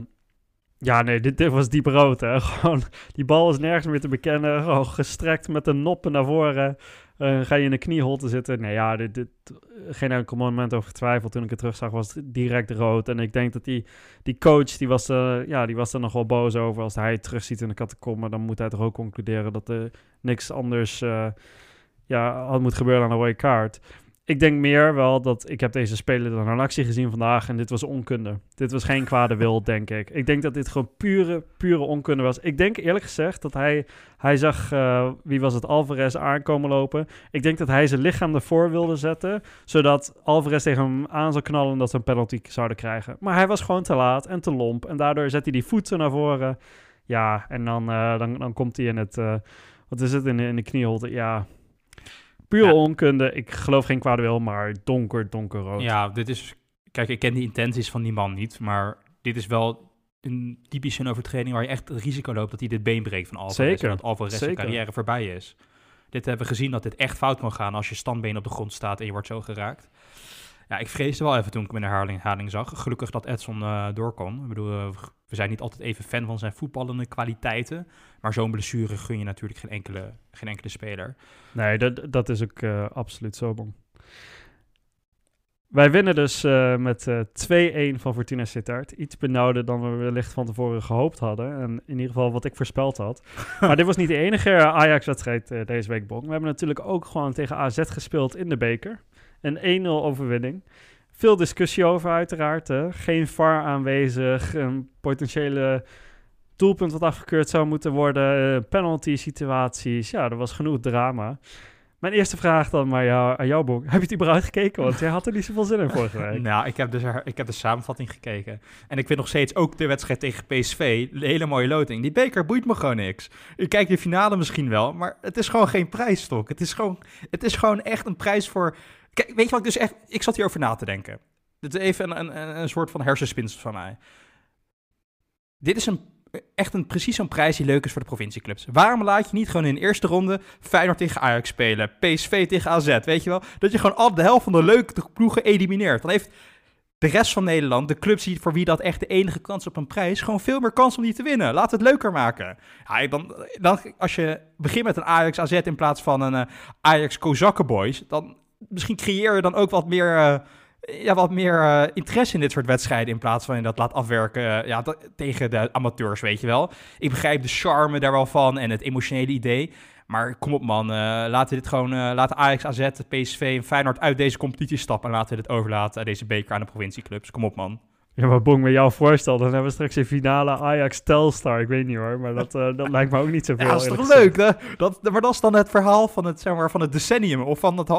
dit was diep rood. Hè. Gewoon, die bal is nergens meer te bekennen. Gewoon gestrekt met de noppen naar voren. Ga je in de knieholte zitten. Nee, ja, geen enkel moment over getwijfeld. Toen ik het terugzag, was het direct rood. En ik denk dat die coach, die was er nog wel boos over. Als hij het terugziet in de catacombe, dan moet hij toch ook concluderen dat er niks anders had moet gebeuren aan een rode kaart. Ik denk meer wel dat ik heb deze speler dan in actie gezien vandaag en dit was onkunde. Dit was geen kwade wil, denk ik. Ik denk dat dit gewoon pure onkunde was. Ik denk eerlijk gezegd dat hij zag, wie was het, Alvarez aankomen lopen. Ik denk dat hij zijn lichaam ervoor wilde zetten, zodat Alvarez tegen hem aan zou knallen en dat ze een penalty zouden krijgen. Maar hij was gewoon te laat en te lomp en daardoor zet hij die voeten naar voren. Ja, en dan komt hij in het, wat is het, in de knieholte, ja... Pure onkunde. Ik geloof geen kwade wil, maar donkerrood. Ja, dit is... Kijk, ik ken die intenties van die man niet, maar dit is wel een typische overtreding waar je echt het risico loopt dat hij dit been breekt van Alvarez. Zeker. En dat Alvarez zijn carrière voorbij is. Dit hebben we gezien dat dit echt fout kan gaan als je standbeen op de grond staat en je wordt zo geraakt. Ja, ik vreesde wel even toen ik hem in de herhaling zag. Gelukkig dat Edson door kon. Ik bedoel, we zijn niet altijd even fan van zijn voetballende kwaliteiten. Maar zo'n blessure gun je natuurlijk geen enkele speler. Nee, dat is ook absoluut zo, Bon. Wij winnen dus met 2-1 van Fortuna Sittard. Iets benauwder dan we wellicht van tevoren gehoopt hadden. En in ieder geval wat ik voorspeld had. Maar dit was niet de enige Ajax-wedstrijd deze week, Bon. We hebben natuurlijk ook gewoon tegen AZ gespeeld in de beker. Een 1-0 overwinning. Veel discussie over uiteraard. Geen VAR aanwezig. Een potentiële doelpunt wat afgekeurd zou moeten worden. Penalty situaties. Ja, er was genoeg drama. Mijn eerste vraag dan maar aan jou, Bonk. Heb je het überhaupt gekeken? Want jij had er niet zoveel zin in vorige week. Nou, ik heb de samenvatting gekeken. En ik vind nog steeds ook de wedstrijd tegen PSV een hele mooie loting. Die beker boeit me gewoon niks. Ik kijk de finale misschien wel, maar het is gewoon geen prijsstok. Het is gewoon echt een prijs voor... Kijk, weet je wat ik dus echt... Ik zat hierover na te denken. Dit is even een soort van hersenspinsel van mij. Dit is precies zo'n prijs die leuk is voor de provincieclubs. Waarom laat je niet gewoon in de eerste ronde Feyenoord tegen Ajax spelen, PSV tegen AZ, weet je wel? Dat je gewoon al de helft van de leuke ploegen elimineert. Dan heeft de rest van Nederland, de clubs voor wie dat echt de enige kans op een prijs, gewoon veel meer kans om die te winnen. Laat het leuker maken. Ja, dan als je begint met een Ajax AZ in plaats van een Ajax Kozakkenboys, dan misschien creëer je dan ook wat meer interesse in dit soort wedstrijden in plaats van je dat laat afwerken tegen de amateurs, weet je wel. Ik begrijp de charme daar wel van en het emotionele idee. Maar kom op man, laten Ajax, AZ, PSV en Feyenoord uit deze competitie stappen en laten we dit overlaten aan deze beker aan de provincieclubs. Kom op man. Ja, maar Bong, met jouw voorstel, dan hebben we straks een finale Ajax-Telstar. Ik weet niet hoor, maar dat lijkt me ook niet zoveel. Ja, dat is toch leuk, hè? Maar dat is dan het verhaal van het decennium. Of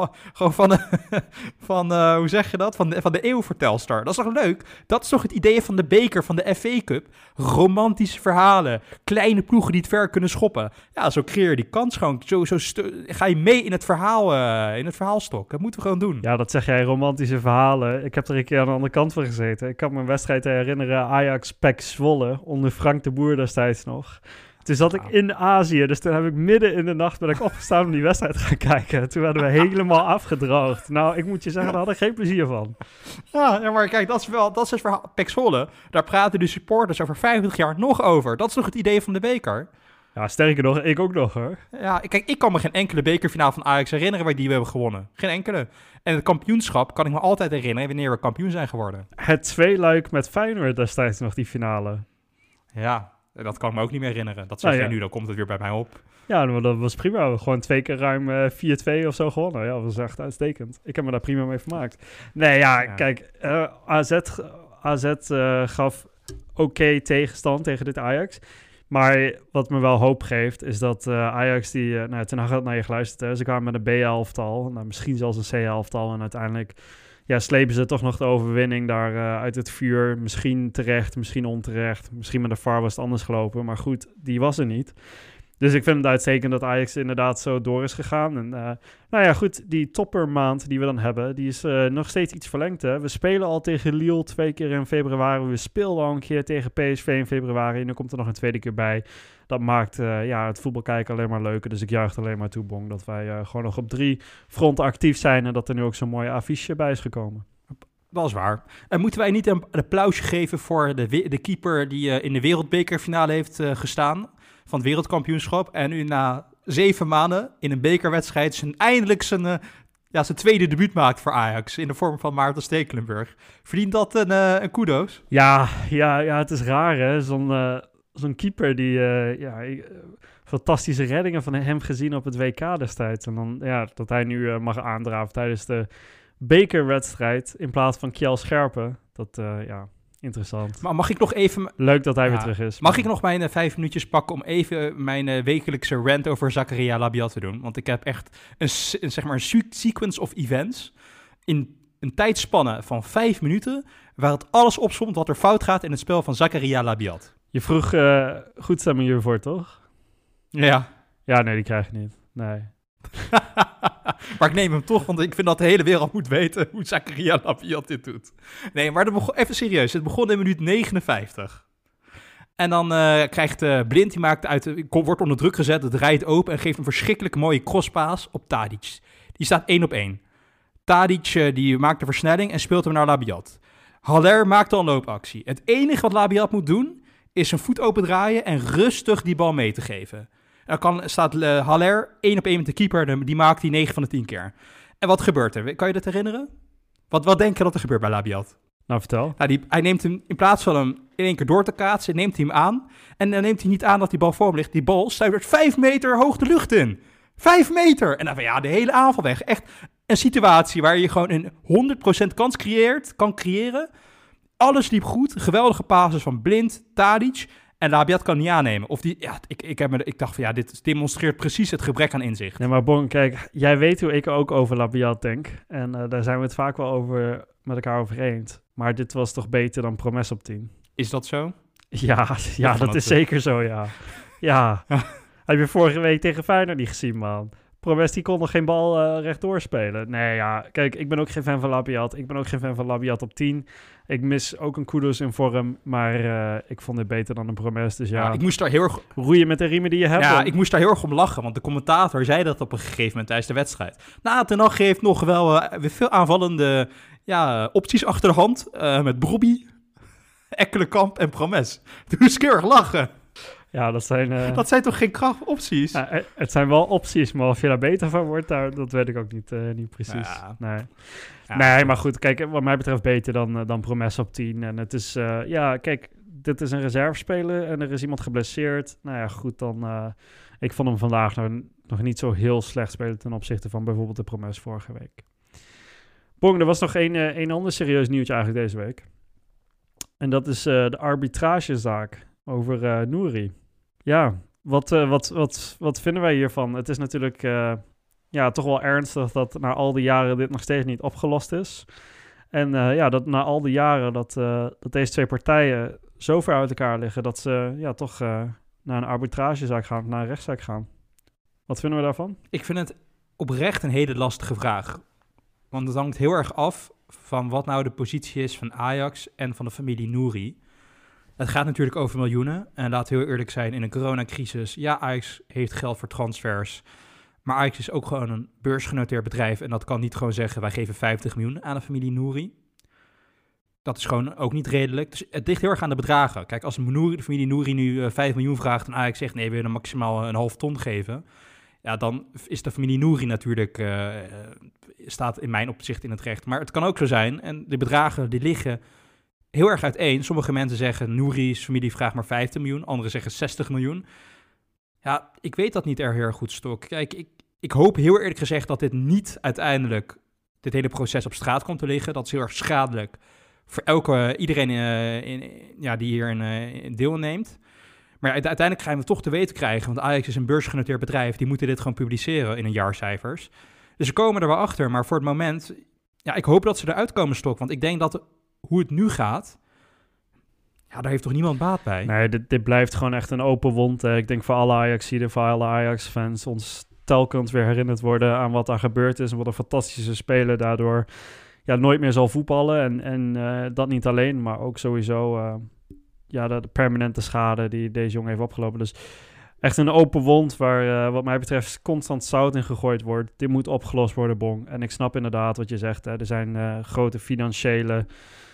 hoe zeg je dat? Van de eeuw voor Telstar. Dat is toch leuk? Dat is toch het idee van de beker, van de FA Cup? Romantische verhalen. Kleine ploegen die het ver kunnen schoppen. Ja, zo creëer je die kans gewoon. Ga je mee in het verhaalstok. Dat moeten we gewoon doen. Ja, dat zeg jij, romantische verhalen. Ik heb er een keer aan de andere kant van gezeten. Ik kan me een wedstrijd herinneren, Ajax PEC Zwolle, onder Frank de Boer destijds nog. Toen zat ik in Azië, dus toen heb ik midden in de nacht ben ik opgestaan om die wedstrijd te gaan kijken. Toen werden we helemaal afgedroogd. Nou, ik moet je zeggen, daar had ik geen plezier van. Ja, maar kijk, dat is het verhaal. PEC Zwolle, daar praten de supporters over 25 jaar nog over. Dat is nog het idee van de beker. Ja, sterker nog, ik ook nog hoor. Ja, kijk, ik kan me geen enkele bekerfinale van Ajax herinneren waar die we hebben gewonnen. Geen enkele. En het kampioenschap kan ik me altijd herinneren wanneer we kampioen zijn geworden. Het tweeluik met Feyenoord destijds nog, die finale. Ja, dat kan ik me ook niet meer herinneren. Dat zeg jij nu, dan komt het weer bij mij op. Ja, maar dat was prima. Gewoon 2 keer ruim 4-2 of zo gewonnen. Ja, dat was echt uitstekend. Ik heb me daar prima mee vermaakt. Nee, ja. Kijk, AZ gaf oké tegenstand tegen dit Ajax. Maar wat me wel hoop geeft, is dat Ajax, Ten Hag had naar je geluisterd. Hè. Ze kwamen met een B-elftal, misschien zelfs een C-elftal. En uiteindelijk slepen ze toch nog de overwinning daar uit het vuur. Misschien terecht, misschien onterecht. Misschien met de VAR was het anders gelopen. Maar goed, die was er niet. Dus ik vind het uitstekend dat Ajax inderdaad zo door is gegaan. En goed, die toppermaand die we dan hebben, die is nog steeds iets verlengd. Hè? We spelen al tegen Lille 2 keer in februari. We speelden al een keer tegen PSV in februari. En dan komt er nog een tweede keer bij. Dat maakt het voetbal kijken alleen maar leuker. Dus ik juich alleen maar toe, Bong, dat wij gewoon nog op 3 fronten actief zijn. En dat er nu ook zo'n mooi affiche bij is gekomen. Dat is waar. En moeten wij niet een applausje geven voor de keeper die in de wereldbekerfinale heeft gestaan van het wereldkampioenschap en nu na 7 maanden in een bekerwedstrijd eindelijk zijn tweede debuut maakt voor Ajax in de vorm van Maarten Stekelenburg. Verdient dat een kudos? Ja, het is raar hè. Zo'n keeper die fantastische reddingen van hem gezien op het WK destijds. En dan dat hij nu mag aandraven tijdens de bekerwedstrijd in plaats van Kjell Scherpen. Dat interessant. Maar mag ik nog even... Leuk dat hij weer terug is. Mag ik nog mijn 5 minuutjes pakken om even mijn wekelijkse rant over Zakaria Labiat te doen? Want ik heb echt een sequence of events in een tijdspanne van 5 minuten waar het alles opsomt wat er fout gaat in het spel van Zakaria Labiat. Je vroeg goed stemming hiervoor, toch? Ja. Ja, nee, die krijg je niet. Nee. Maar ik neem hem toch, want ik vind dat de hele wereld moet weten hoe Zakaria Labiat dit doet. Nee, maar even serieus. Het begon in minuut 59. En dan krijgt Blind, wordt onder druk gezet, het rijdt open en geeft een verschrikkelijk mooie crosspaas op Tadic. Die staat 1 op 1. Tadic die maakt de versnelling en speelt hem naar Labiat. Haller maakt al een loopactie. Het enige wat Labiat moet doen, is zijn voet opendraaien en rustig die bal mee te geven. En dan staat Haller 1 op 1 met de keeper, die maakt die 9 van de 10 keer. En wat gebeurt er? Kan je dat herinneren? Wat denk je dat er gebeurt bij Labiat? Nou, vertel. Hij neemt hem, in plaats van hem in 1 keer door te kaatsen, neemt hij hem aan. En dan neemt hij niet aan dat die bal voor hem ligt. Die bal stuitert 5 meter hoog de lucht in. 5 meter! En dan de hele aanval weg. Echt een situatie waar je gewoon een 100% kans kan creëren. Alles liep goed. Geweldige passes van Blind, Tadic. En Labiat kan niet aannemen. Ik dacht van dit demonstreert precies het gebrek aan inzicht. Nee, maar Bon, kijk, jij weet hoe ik ook over Labiat denk. En daar zijn we het vaak wel met elkaar over eens. Maar dit was toch beter dan Promes op 10? Is dat zo? Ja, dat is zeker zo, ja. Ja, heb je vorige week tegen Feyenoord niet gezien, man? Promes die kon nog geen bal rechtdoor spelen. Nee, kijk, ik ben ook geen fan van Labiat. Ik ben ook geen fan van Labiat op 10. Ik mis ook een kudos in vorm, maar ik vond het beter dan een Promes. Dus ik moest daar heel erg roeien met de riemen die je hebt. Ja, ik moest daar heel erg om lachen, want de commentator zei dat op een gegeven moment tijdens de wedstrijd. Ten Hag heeft nog wel weer veel aanvallende opties achter de hand met Brobby, Ekkelenkamp en Promes. Toen moest ik heel erg lachen. Ja, dat zijn toch geen opties? Ja, het zijn wel opties, maar of je daar beter van wordt, dat weet ik ook niet precies. Ja. Nee, maar goed, kijk, wat mij betreft beter dan Promes op 10. En het is, kijk, dit is een reservespeler en er is iemand geblesseerd. Nou ja, goed, dan... ik vond hem vandaag nog niet zo heel slecht spelen ten opzichte van bijvoorbeeld de Promes vorige week. Bong, er was nog een ander serieus nieuwtje eigenlijk deze week. En dat is de arbitragezaak over Nouri. Ja, wat vinden wij hiervan? Het is natuurlijk toch wel ernstig dat na al die jaren dit nog steeds niet opgelost is. En dat na al die jaren dat deze 2 partijen zo ver uit elkaar liggen dat ze toch naar een arbitragezaak gaan, naar een rechtszaak gaan. Wat vinden we daarvan? Ik vind het oprecht een hele lastige vraag. Want het hangt heel erg af van wat nou de positie is van Ajax en van de familie Nouri. Het gaat natuurlijk over miljoenen. En laten we heel eerlijk zijn, in een coronacrisis... Ja, Ajax heeft geld voor transfers. Maar Ajax is ook gewoon een beursgenoteerd bedrijf. En dat kan niet gewoon zeggen, wij geven 50 miljoen aan de familie Nouri. Dat is gewoon ook niet redelijk. Dus het ligt heel erg aan de bedragen. Kijk, als de familie Nouri nu 5 miljoen vraagt... en Ajax zegt, nee, we willen maximaal een half ton geven... Ja, dan is de familie Nouri natuurlijk... staat in mijn opzicht in het recht. Maar het kan ook zo zijn, en de bedragen die liggen... heel erg uiteen. Sommige mensen zeggen, Nouri's familie vraagt maar 15 miljoen. Anderen zeggen 60 miljoen. Ja, ik weet dat niet heel erg goed, Stok. Kijk, ik hoop heel eerlijk gezegd dat dit niet uiteindelijk... dit hele proces op straat komt te liggen. Dat is heel erg schadelijk voor iedereen die hier in deelneemt. Maar ja, uiteindelijk gaan we toch te weten krijgen. Want Ajax is een beursgenoteerd bedrijf. Die moeten dit gewoon publiceren in hun jaarcijfers. Dus ze komen er wel achter. Maar voor het moment... Ja, ik hoop dat ze eruit komen, Stok. Want ik denk dat hoe het nu gaat... Ja, daar heeft toch niemand baat bij? Nee, dit blijft gewoon echt een open wond. Ik denk voor alle Ajaxiden, voor alle Ajax-fans... ons telkens weer herinnerd worden aan wat daar gebeurd is... en wat een fantastische speler daardoor nooit meer zal voetballen. En dat niet alleen, maar ook sowieso... de permanente schade die deze jongen heeft opgelopen. Dus echt een open wond waar wat mij betreft constant zout in gegooid wordt. Dit moet opgelost worden, Bong. En ik snap inderdaad wat je zegt. Hè. Er zijn grote financiële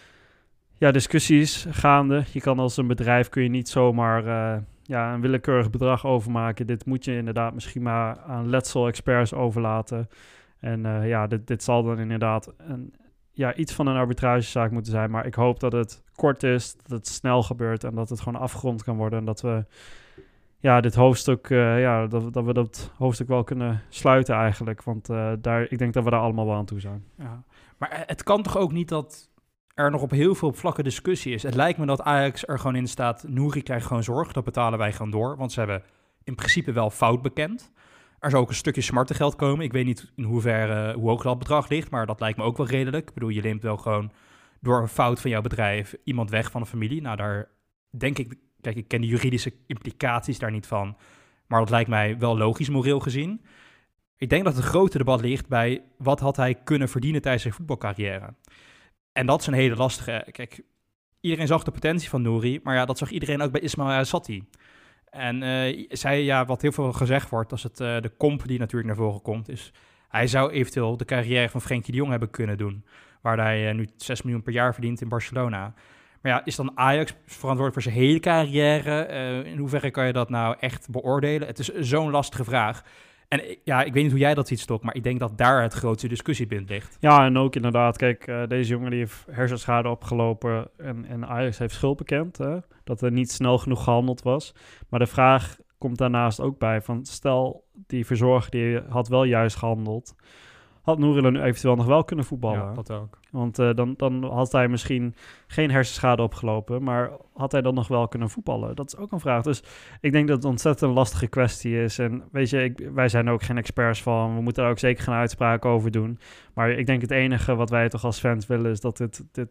discussies gaande. Je kan als een bedrijf kun je niet zomaar een willekeurig bedrag overmaken. Dit moet je inderdaad misschien maar aan letsel-experts overlaten. En dit zal dan inderdaad iets van een arbitragezaak moeten zijn. Maar ik hoop dat het kort is, dat het snel gebeurt en dat het gewoon afgerond kan worden. En dat we dit hoofdstuk, dat we dat hoofdstuk wel kunnen sluiten eigenlijk. Want ik denk dat we daar allemaal wel aan toe zijn. Ja. Maar het kan toch ook niet dat er nog op heel veel vlakken discussie is. Het lijkt me dat Ajax er gewoon in staat, Nouri krijgt gewoon zorg, dat betalen wij gewoon door. Want ze hebben in principe wel fout bekend. Er zou ook een stukje smartengeld komen. Ik weet niet in hoeverre, hoe hoog dat bedrag ligt, maar dat lijkt me ook wel redelijk. Ik bedoel, je neemt wel gewoon door een fout van jouw bedrijf iemand weg van de familie. Nou, daar denk ik, kijk, ik ken de juridische implicaties daar niet van, maar dat lijkt mij wel logisch moreel gezien. Ik denk dat het grote debat ligt bij wat had hij kunnen verdienen tijdens zijn voetbalcarrière. En dat is een hele lastige. Kijk, iedereen zag de potentie van Nouri, maar ja, dat zag iedereen ook bij Ismail Aysati. En wat heel veel gezegd wordt, als het de komp die natuurlijk naar voren komt, is hij zou eventueel de carrière van Frenkie de Jong hebben kunnen doen, waar hij nu 6 miljoen per jaar verdient in Barcelona. Maar ja, is dan Ajax verantwoordelijk voor zijn hele carrière? In hoeverre kan je dat nou echt beoordelen? Het is zo'n lastige vraag. En ik weet niet hoe jij dat ziet, Stok, maar ik denk dat daar het grootste discussiepunt ligt. Ja, en ook inderdaad, kijk, deze jongen die heeft hersenschade opgelopen en Ajax heeft schuld bekend, dat er niet snel genoeg gehandeld was. Maar de vraag komt daarnaast ook bij van, stel die verzorger die had wel juist gehandeld, had Nouri dan eventueel nog wel kunnen voetballen? Ja, dat ook. Want dan had hij misschien geen hersenschade opgelopen, maar had hij dan nog wel kunnen voetballen? Dat is ook een vraag. Dus ik denk dat het ontzettend een lastige kwestie is. En weet je, wij zijn er ook geen experts van. We moeten er ook zeker geen uitspraken over doen. Maar ik denk het enige wat wij toch als fans willen is dat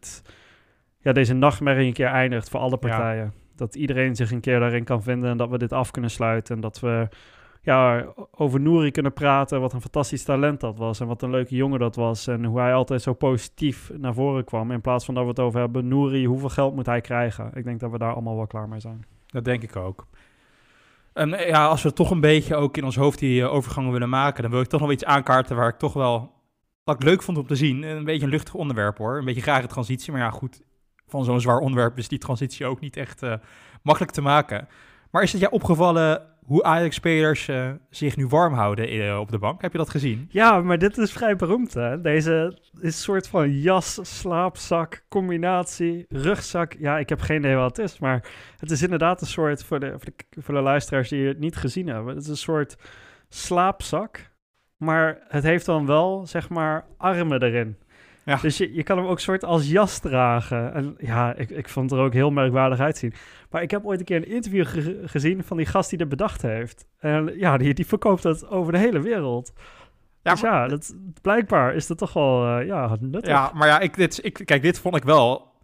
deze nachtmerrie een keer eindigt voor alle partijen. Ja. Dat iedereen zich een keer daarin kan vinden en dat we dit af kunnen sluiten. En dat we over Nouri kunnen praten, wat een fantastisch talent dat was en wat een leuke jongen dat was en hoe hij altijd zo positief naar voren kwam, in plaats van dat we het over hebben, Nouri, hoeveel geld moet hij krijgen? Ik denk dat we daar allemaal wel klaar mee zijn. Dat denk ik ook. En als we toch een beetje ook in ons hoofd die overgangen willen maken, dan wil ik toch nog iets aankaarten waar ik toch wel, wat ik leuk vond om te zien, een beetje een luchtig onderwerp hoor, een beetje rare transitie, maar ja goed, van zo'n zwaar onderwerp is die transitie ook niet echt makkelijk te maken. Maar is het jou opgevallen hoe Ajax-spelers zich nu warm houden op de bank? Heb je dat gezien? Ja, maar dit is vrij beroemd, hè? Deze is een soort van jas, slaapzak, combinatie, rugzak. Ja, ik heb geen idee wat het is, maar het is inderdaad een soort, voor de luisteraars die het niet gezien hebben, het is een soort slaapzak, maar het heeft dan wel, zeg maar, armen erin. Ja. Dus je kan hem ook soort als jas dragen. En ja, ik vond het er ook heel merkwaardig uitzien. Maar ik heb ooit een keer een interview gezien van die gast die dit bedacht heeft. En ja, die verkoopt dat over de hele wereld. Ja, dus blijkbaar is dat toch wel nuttig. Ja, maar ja, dit vond ik wel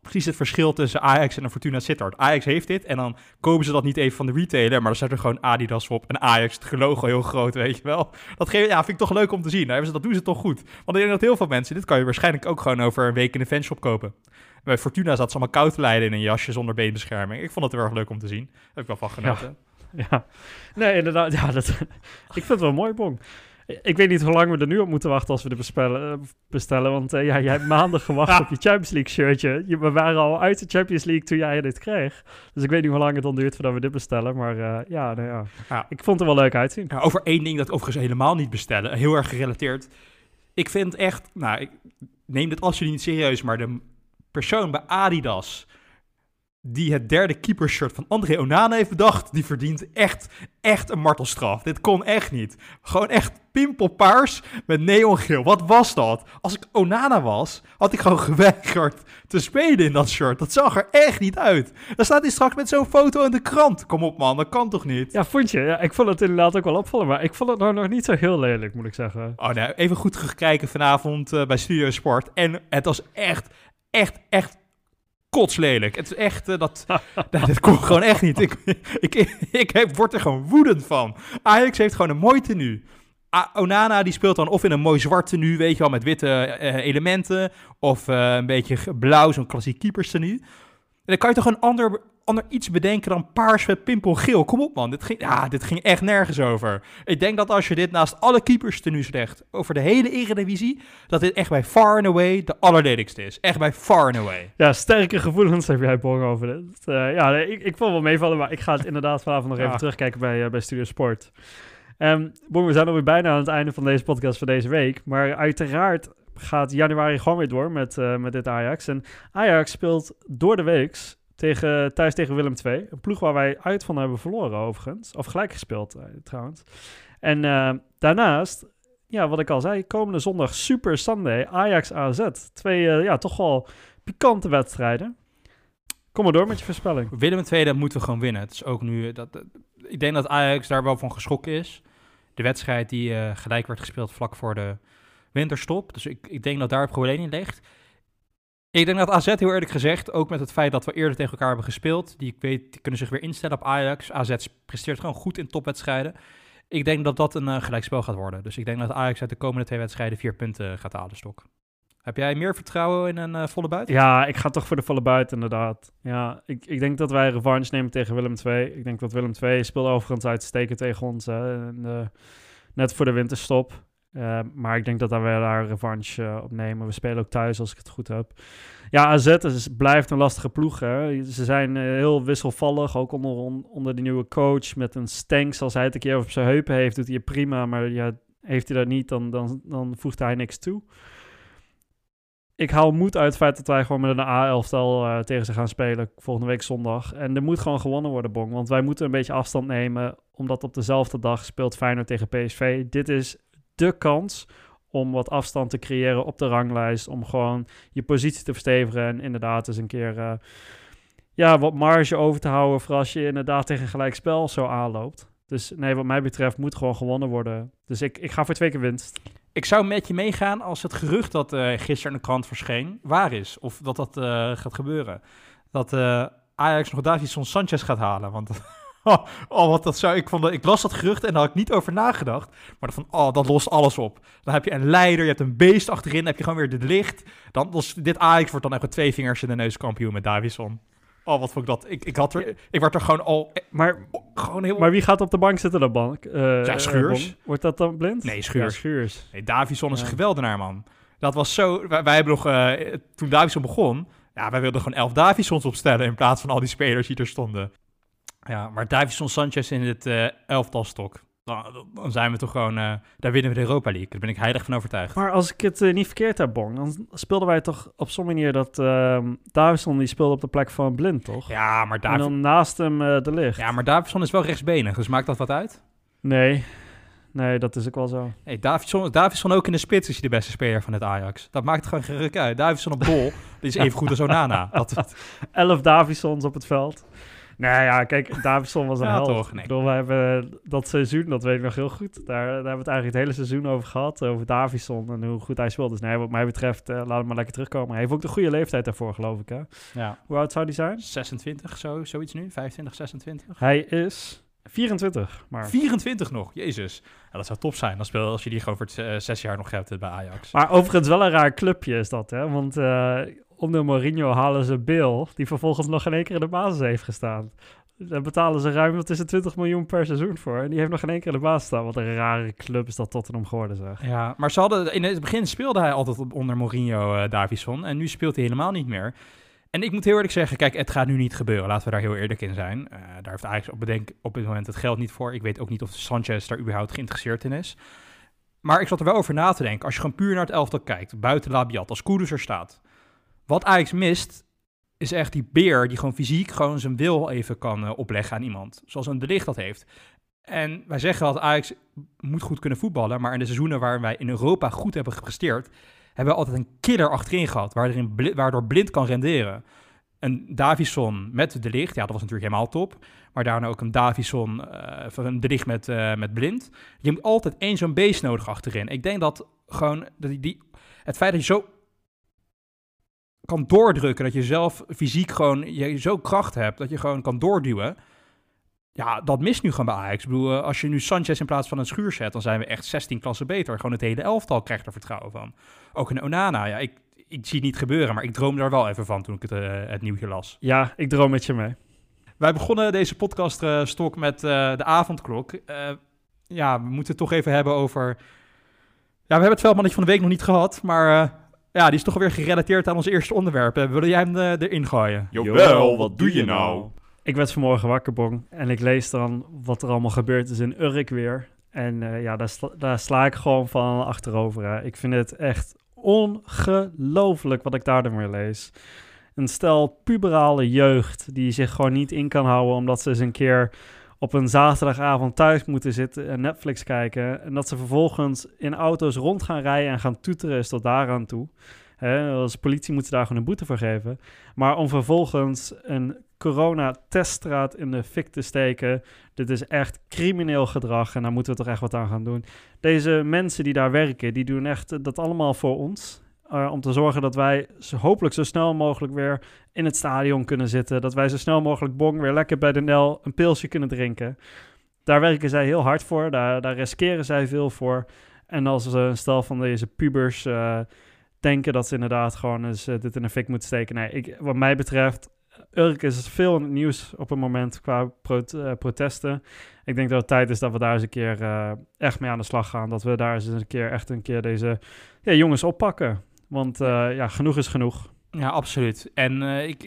precies het verschil tussen Ajax en een Fortuna Sittard. Ajax heeft dit en dan kopen ze dat niet even van de retailer, maar dan staat er gewoon Adidas op en Ajax, het logo heel groot, weet je wel. Vind ik toch leuk om te zien. Dat doen ze toch goed. Want ik denk dat heel veel mensen, dit kan je waarschijnlijk ook gewoon over een week in de fanshop kopen. Bij Fortuna zat ze allemaal koud te lijden in een jasje zonder beenbescherming. Ik vond het heel erg leuk om te zien. Daar heb ik wel van genoten. Ja. Nee, inderdaad. Ja, ik vind het wel mooi, Bong. Ik weet niet hoe lang we er nu op moeten wachten als we dit bestellen. Want jij hebt maanden gewacht op je Champions League shirtje. We waren al uit de Champions League toen jij dit kreeg. Dus ik weet niet hoe lang het dan duurt voordat we dit bestellen. Maar ik vond het er wel leuk uitzien. Ja, over één ding dat ik overigens helemaal niet bestellen. Heel erg gerelateerd. Ik vind echt... ik neem dit absoluut niet serieus, maar de persoon bij Adidas die het derde keepershirt van André Onana heeft bedacht, die verdient echt een martelstraf. Dit kon echt niet. Gewoon echt pimpelpaars met neongeel. Wat was dat? Als ik Onana was, had ik gewoon geweigerd te spelen in dat shirt. Dat zag er echt niet uit. Dan staat hij straks met zo'n foto in de krant. Kom op man, dat kan toch niet? Ja, vond je? Ja, ik vond het inderdaad ook wel opvallen, maar ik vond het nou nog niet zo heel lelijk, moet ik zeggen. Oh nee, even goed terugkijken vanavond bij Studio Sport. En het was echt kotslelijk. Het is echt, dat kon gewoon echt niet. Ik word er gewoon woedend van. Ajax heeft gewoon een mooi tenue. Onana die speelt dan of in een mooi zwart tenue, weet je wel, met witte elementen. Of een beetje blauw, zo'n klassiek keeperstenue. En dan kan je toch een ander iets bedenken dan paars met pimpelgeel. Kom op man, dit ging echt nergens over. Ik denk dat als je dit naast alle keeperstenues legt over de hele Eredivisie, dat dit echt bij far and away de allerlelijkste is. Echt bij far and away. Ja, sterke gevoelens heb jij, Bong, over dit. Ik vond wel meevallen, maar ik ga het inderdaad vanavond nog even terugkijken bij Studio Sport. Bong, we zijn alweer bijna aan het einde van deze podcast voor deze week. Maar uiteraard gaat januari gewoon weer door met dit Ajax. En Ajax speelt door de week thuis tegen Willem II. Een ploeg waar wij uit van hebben verloren overigens. Of gelijk gespeeld trouwens. En daarnaast, wat ik al zei, komende zondag Super Sunday, Ajax AZ. Twee toch wel pikante wedstrijden. Kom maar door met je voorspelling. Willem II, dat moeten we gewoon winnen. Het is ook nu... ik denk dat Ajax daar wel van geschrokken is. De wedstrijd die gelijk werd gespeeld vlak voor de winterstop. Dus ik denk dat daar het probleem in ligt. Ik denk dat AZ, heel eerlijk gezegd, ook met het feit dat we eerder tegen elkaar hebben gespeeld, die kunnen zich weer instellen op Ajax. AZ presteert gewoon goed in topwedstrijden. Ik denk dat dat een gelijkspel gaat worden. Dus ik denk dat Ajax uit de komende 2 wedstrijden 4 punten gaat halen, Stok. Heb jij meer vertrouwen in een volle buit? Ja, ik ga toch voor de volle buit, inderdaad. Ja, ik denk dat wij revanche nemen tegen Willem II. Ik denk dat Willem II speelde overigens uitstekend tegen ons, net voor de winterstop. Maar ik denk dat we daar revanche op nemen. We spelen ook thuis, als ik het goed heb. Ja, AZ blijft een lastige ploeg. Hè. Ze zijn heel wisselvallig, ook onder die nieuwe coach. Met een Stenks, als hij het een keer op zijn heupen heeft, doet hij het prima. Maar heeft hij dat niet, dan voegt hij niks toe. Ik haal moed uit het feit dat wij gewoon met een A-elftal tegen ze gaan spelen volgende week zondag. En er moet gewoon gewonnen worden, Bong. Want wij moeten een beetje afstand nemen, omdat op dezelfde dag speelt Feyenoord tegen PSV. Dit is de kans om wat afstand te creëren op de ranglijst, om gewoon je positie te verstevigen en inderdaad eens een keer wat marge over te houden voor als je inderdaad tegen een gelijk spel zo aanloopt. Dus nee, wat mij betreft moet gewoon gewonnen worden. Dus ik ga voor 2 keer winst. Ik zou met je meegaan als het gerucht dat gisteren in de krant verscheen waar is. Of dat gaat gebeuren. Dat Ajax nog Davinson Sanchez gaat halen. Want wat dat zou... Ik las dat gerucht en daar had ik niet over nagedacht. Maar dat lost alles op. Dan heb je een leider, je hebt een beest achterin. Dan heb je gewoon weer de licht. Dit Ajax wordt dan echt met 2 vingers in de neus kampioen met Davinson. Oh, wat vond ik dat? Ik werd er gewoon al... Maar wie gaat op de bank zitten, de bank? Schuurs. Wordt dat dan blind? Nee, Schuurs. Ja, Schuurs. Nee, Davinson is een geweldenaar, man. Dat was zo... Wij hebben nog... toen Davinson begon... Ja, wij wilden gewoon 11 Davinsons opstellen in plaats van al die spelers die er stonden. Ja, maar Davinson Sanchez in het elftal Stok. Dan zijn we toch gewoon... daar winnen we de Europa League. Daar ben ik heilig van overtuigd. Maar als ik het niet verkeerd heb, Bong, dan speelden wij toch op zo'n manier dat Davinson die speelde op de plek van Blind, toch? Ja, maar En dan naast hem de licht. Ja, maar Davinson is wel rechtsbenig, dus maakt dat wat uit? Nee, dat is ook wel zo. Hey, Davinson ook in de spits is hij de beste speler van het Ajax. Dat maakt gewoon geen ruk uit. Davinson op bol, die is even goed als Onana. 11 Davinsons op het veld. Nou ja, kijk, Davidson was een Ja, held. toch, nee. Ik bedoel, we hebben dat seizoen, dat weet ik nog heel goed. Daar hebben we het eigenlijk het hele seizoen over gehad. Over Davidson en hoe goed hij speelt. Dus nee, wat mij betreft, laat hem maar lekker terugkomen. Hij heeft ook de goede leeftijd daarvoor, geloof ik. Hè? Ja. Hoe oud zou hij zijn? 26, zoiets nu? 25, 26? Hij is 24, maar... 24 nog, jezus. Ja, dat zou top zijn als je die gewoon voor 6 jaar nog hebt bij Ajax. Maar overigens wel een raar clubje is dat, hè? Want onder Mourinho halen ze Bill, die vervolgens nog geen één keer in de basis heeft gestaan. Daar betalen ze ruim, wat is het, 20 miljoen per seizoen voor. En die heeft nog geen één keer in de basis staan. Wat een rare club is dat Tottenham geworden, zeg. Ja, maar in het begin speelde hij altijd onder Mourinho, Davinson. En nu speelt hij helemaal niet meer. En ik moet heel eerlijk zeggen, kijk, het gaat nu niet gebeuren. Laten we daar heel eerlijk in zijn. Daar heeft Ajax op dit moment het geld niet voor. Ik weet ook niet of Sanchez daar überhaupt geïnteresseerd in is. Maar ik zat er wel over na te denken. Als je gewoon puur naar het elftal kijkt, buiten Labiat, als Kudus er staat. Wat Ajax mist, is echt die beer die gewoon fysiek gewoon zijn wil even kan opleggen aan iemand. Zoals een De Ligt dat heeft. En wij zeggen dat Ajax moet goed kunnen voetballen. Maar in de seizoenen waar wij in Europa goed hebben gepresteerd, hebben we altijd een killer achterin gehad, waardoor Blind kan renderen. Een Davinson met De Ligt, ja, dat was natuurlijk helemaal top. Maar daarna ook een Davinson, een De Ligt met Blind. Je moet altijd één zo'n beest nodig achterin. Ik denk dat gewoon het feit dat je zo kan doordrukken, dat je zelf fysiek gewoon zo kracht hebt, dat je gewoon kan doorduwen. Ja, dat mist nu gewoon bij Ajax. Ik bedoel, als je nu Sanchez in plaats van een Schuur zet, dan zijn we echt 16 klassen beter. Gewoon het hele elftal krijgt er vertrouwen van. Ook een Onana, ja, ik zie het niet gebeuren, maar ik droomde daar wel even van toen ik het nieuwtje las. Ja, ik droom met je mee. Wij begonnen deze podcast stok met de avondklok. Ja, we moeten het toch even hebben over... Ja, we hebben het veldmannetje van de week nog niet gehad, maar ja, die is toch alweer gerelateerd aan ons eerste onderwerp. Wil jij hem erin gooien? Jawel, wat doe je nou? Ik werd vanmorgen wakker, Bong, en ik lees dan wat er allemaal gebeurd is in Urk weer. En ja, daar sla ik gewoon van achterover. Hè. Ik vind het echt ongelooflijk wat ik daar dan weer lees. Een stel puberale jeugd die zich gewoon niet in kan houden omdat ze eens een keer op een zaterdagavond thuis moeten zitten en Netflix kijken. En dat ze vervolgens in auto's rond gaan rijden en gaan toeteren is tot daaraan toe. Als politie moeten ze daar gewoon een boete voor geven. Maar om vervolgens een corona-teststraat in de fik te steken, dit is echt crimineel gedrag en daar moeten we toch echt wat aan gaan doen. Deze mensen die daar werken, die doen echt dat allemaal voor ons. Om te zorgen dat wij hopelijk zo snel mogelijk weer in het stadion kunnen zitten. Dat wij zo snel mogelijk, Bong, weer lekker bij de Nel een pilsje kunnen drinken. Daar werken zij heel hard voor. Daar riskeren zij veel voor. En als een stel van deze pubers denken dat ze inderdaad gewoon eens dit in een fik moeten steken. Nee, wat mij betreft, Urk is veel in het nieuws op het moment qua protesten. Ik denk dat het tijd is dat we daar eens een keer echt mee aan de slag gaan. Dat we daar eens een keer deze jongens oppakken. Want ja, genoeg is genoeg. Ja, absoluut. En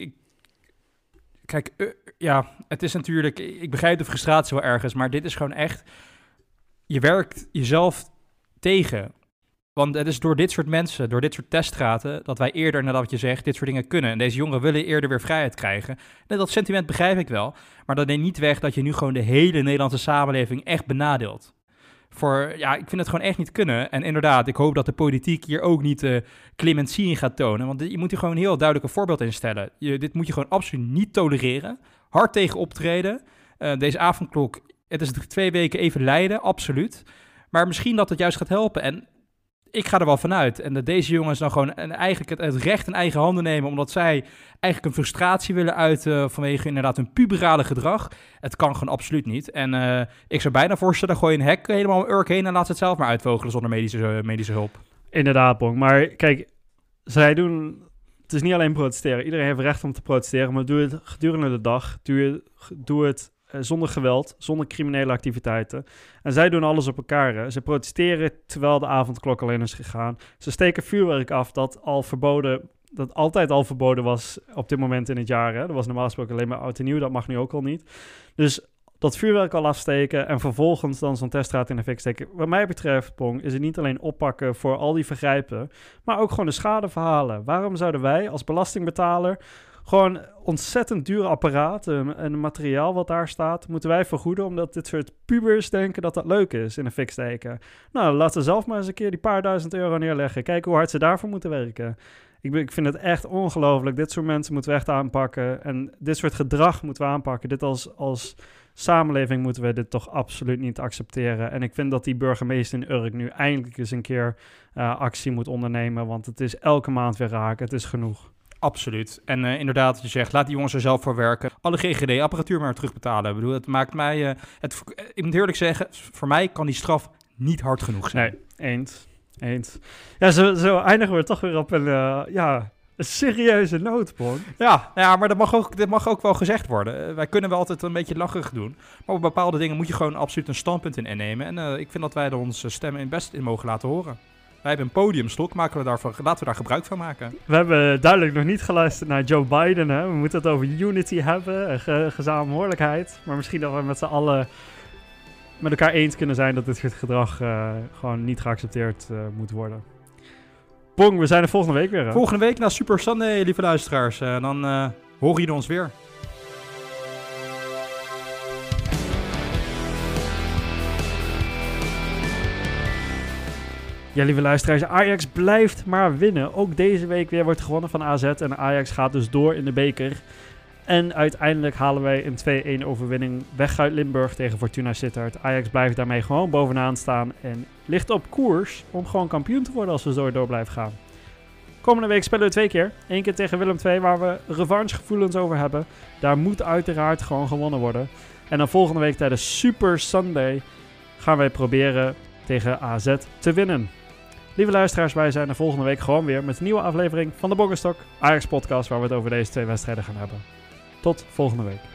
kijk, ja, het is natuurlijk... Ik begrijp de frustratie wel ergens, maar dit is gewoon echt... Je werkt jezelf tegen. Want het is door dit soort mensen, door dit soort teststraten, dat wij eerder, nadat wat je zegt, dit soort dingen kunnen. En deze jongeren willen eerder weer vrijheid krijgen. En dat sentiment begrijp ik wel. Maar dat neemt niet weg dat je nu gewoon de hele Nederlandse samenleving echt benadeelt. Ja, ik vind het gewoon echt niet kunnen. En inderdaad, ik hoop dat de politiek hier ook niet clementie in gaat tonen. Want je moet hier gewoon een heel duidelijk een voorbeeld instellen. Dit moet je gewoon absoluut niet tolereren. Hard tegen optreden. Deze avondklok, het is 2 weken even lijden, absoluut. Maar misschien dat het juist gaat helpen. En ik ga er wel vanuit. En dat deze jongens dan gewoon eigenlijk het recht in eigen handen nemen, omdat zij eigenlijk een frustratie willen uiten vanwege inderdaad hun puberale gedrag. Het kan gewoon absoluut niet. En ik zou bijna voorstellen, gooi een hek helemaal Urk heen en laat ze het zelf maar uitvogelen zonder medische hulp. Inderdaad, Bong. Maar kijk, zij doen... Het is niet alleen protesteren. Iedereen heeft recht om te protesteren, maar doe het gedurende de dag. Doe het zonder geweld, zonder criminele activiteiten. En zij doen alles op elkaar. Hè. Ze protesteren terwijl de avondklok al in is gegaan. Ze steken vuurwerk af dat altijd al verboden was op dit moment in het jaar. Hè. Dat was normaal gesproken alleen maar oud en nieuw. Dat mag nu ook al niet. Dus dat vuurwerk al afsteken en vervolgens dan zo'n teststraat in de fik steken. Wat mij betreft, Pong, is het niet alleen oppakken voor al die vergrijpen, maar ook gewoon de schadeverhalen. Waarom zouden wij als belastingbetaler gewoon ontzettend dure apparaten en materiaal wat daar staat, moeten wij vergoeden omdat dit soort pubers denken dat dat leuk is in een fik steken? Nou, laten we zelf maar eens een keer die paar duizend euro neerleggen. Kijken hoe hard ze daarvoor moeten werken. Ik vind het echt ongelooflijk. Dit soort mensen moeten we echt aanpakken. En dit soort gedrag moeten we aanpakken. Dit als samenleving moeten we dit toch absoluut niet accepteren. En ik vind dat die burgemeester in Urk nu eindelijk eens een keer actie moet ondernemen. Want het is elke maand weer raak. Het is genoeg. Absoluut. En inderdaad, wat je zegt, laat die jongens er zelf voor werken. Alle GGD-apparatuur maar terugbetalen. Ik bedoel, het maakt mij... ik moet eerlijk zeggen, voor mij kan die straf niet hard genoeg zijn. Nee, eens. Ja, zo eindigen we toch weer op een serieuze nootbon. Ja, maar dit mag ook wel gezegd worden. Wij kunnen wel altijd een beetje lacherig doen. Maar op bepaalde dingen moet je gewoon absoluut een standpunt in innemen. En ik vind dat wij er onze stemmen best in mogen laten horen. Wij hebben een podiumstok, laten we daar gebruik van maken. We hebben duidelijk nog niet geluisterd naar Joe Biden. Hè? We moeten het over unity hebben, gezamenlijkheid. Maar misschien dat we met z'n allen met elkaar eens kunnen zijn dat dit soort gedrag gewoon niet geaccepteerd moet worden. Pong, we zijn er volgende week weer. Hè? Volgende week naar Super Sunday, lieve luisteraars. Dan horen jullie ons weer. Ja, lieve luisteraars, Ajax blijft maar winnen. Ook deze week weer wordt gewonnen van AZ en Ajax gaat dus door in de beker. En uiteindelijk halen wij een 2-1 overwinning weg uit Limburg tegen Fortuna Sittard. Ajax blijft daarmee gewoon bovenaan staan en ligt op koers om gewoon kampioen te worden als we zo door blijven gaan. Komende week spelen we 2 keer. 1 keer tegen Willem II waar we revanchegevoelens over hebben. Daar moet uiteraard gewoon gewonnen worden. En dan volgende week tijdens Super Sunday gaan wij proberen tegen AZ te winnen. Lieve luisteraars, wij zijn er volgende week gewoon weer met een nieuwe aflevering van de Bokkenstok Ajax podcast waar we het over deze 2 wedstrijden gaan hebben. Tot volgende week.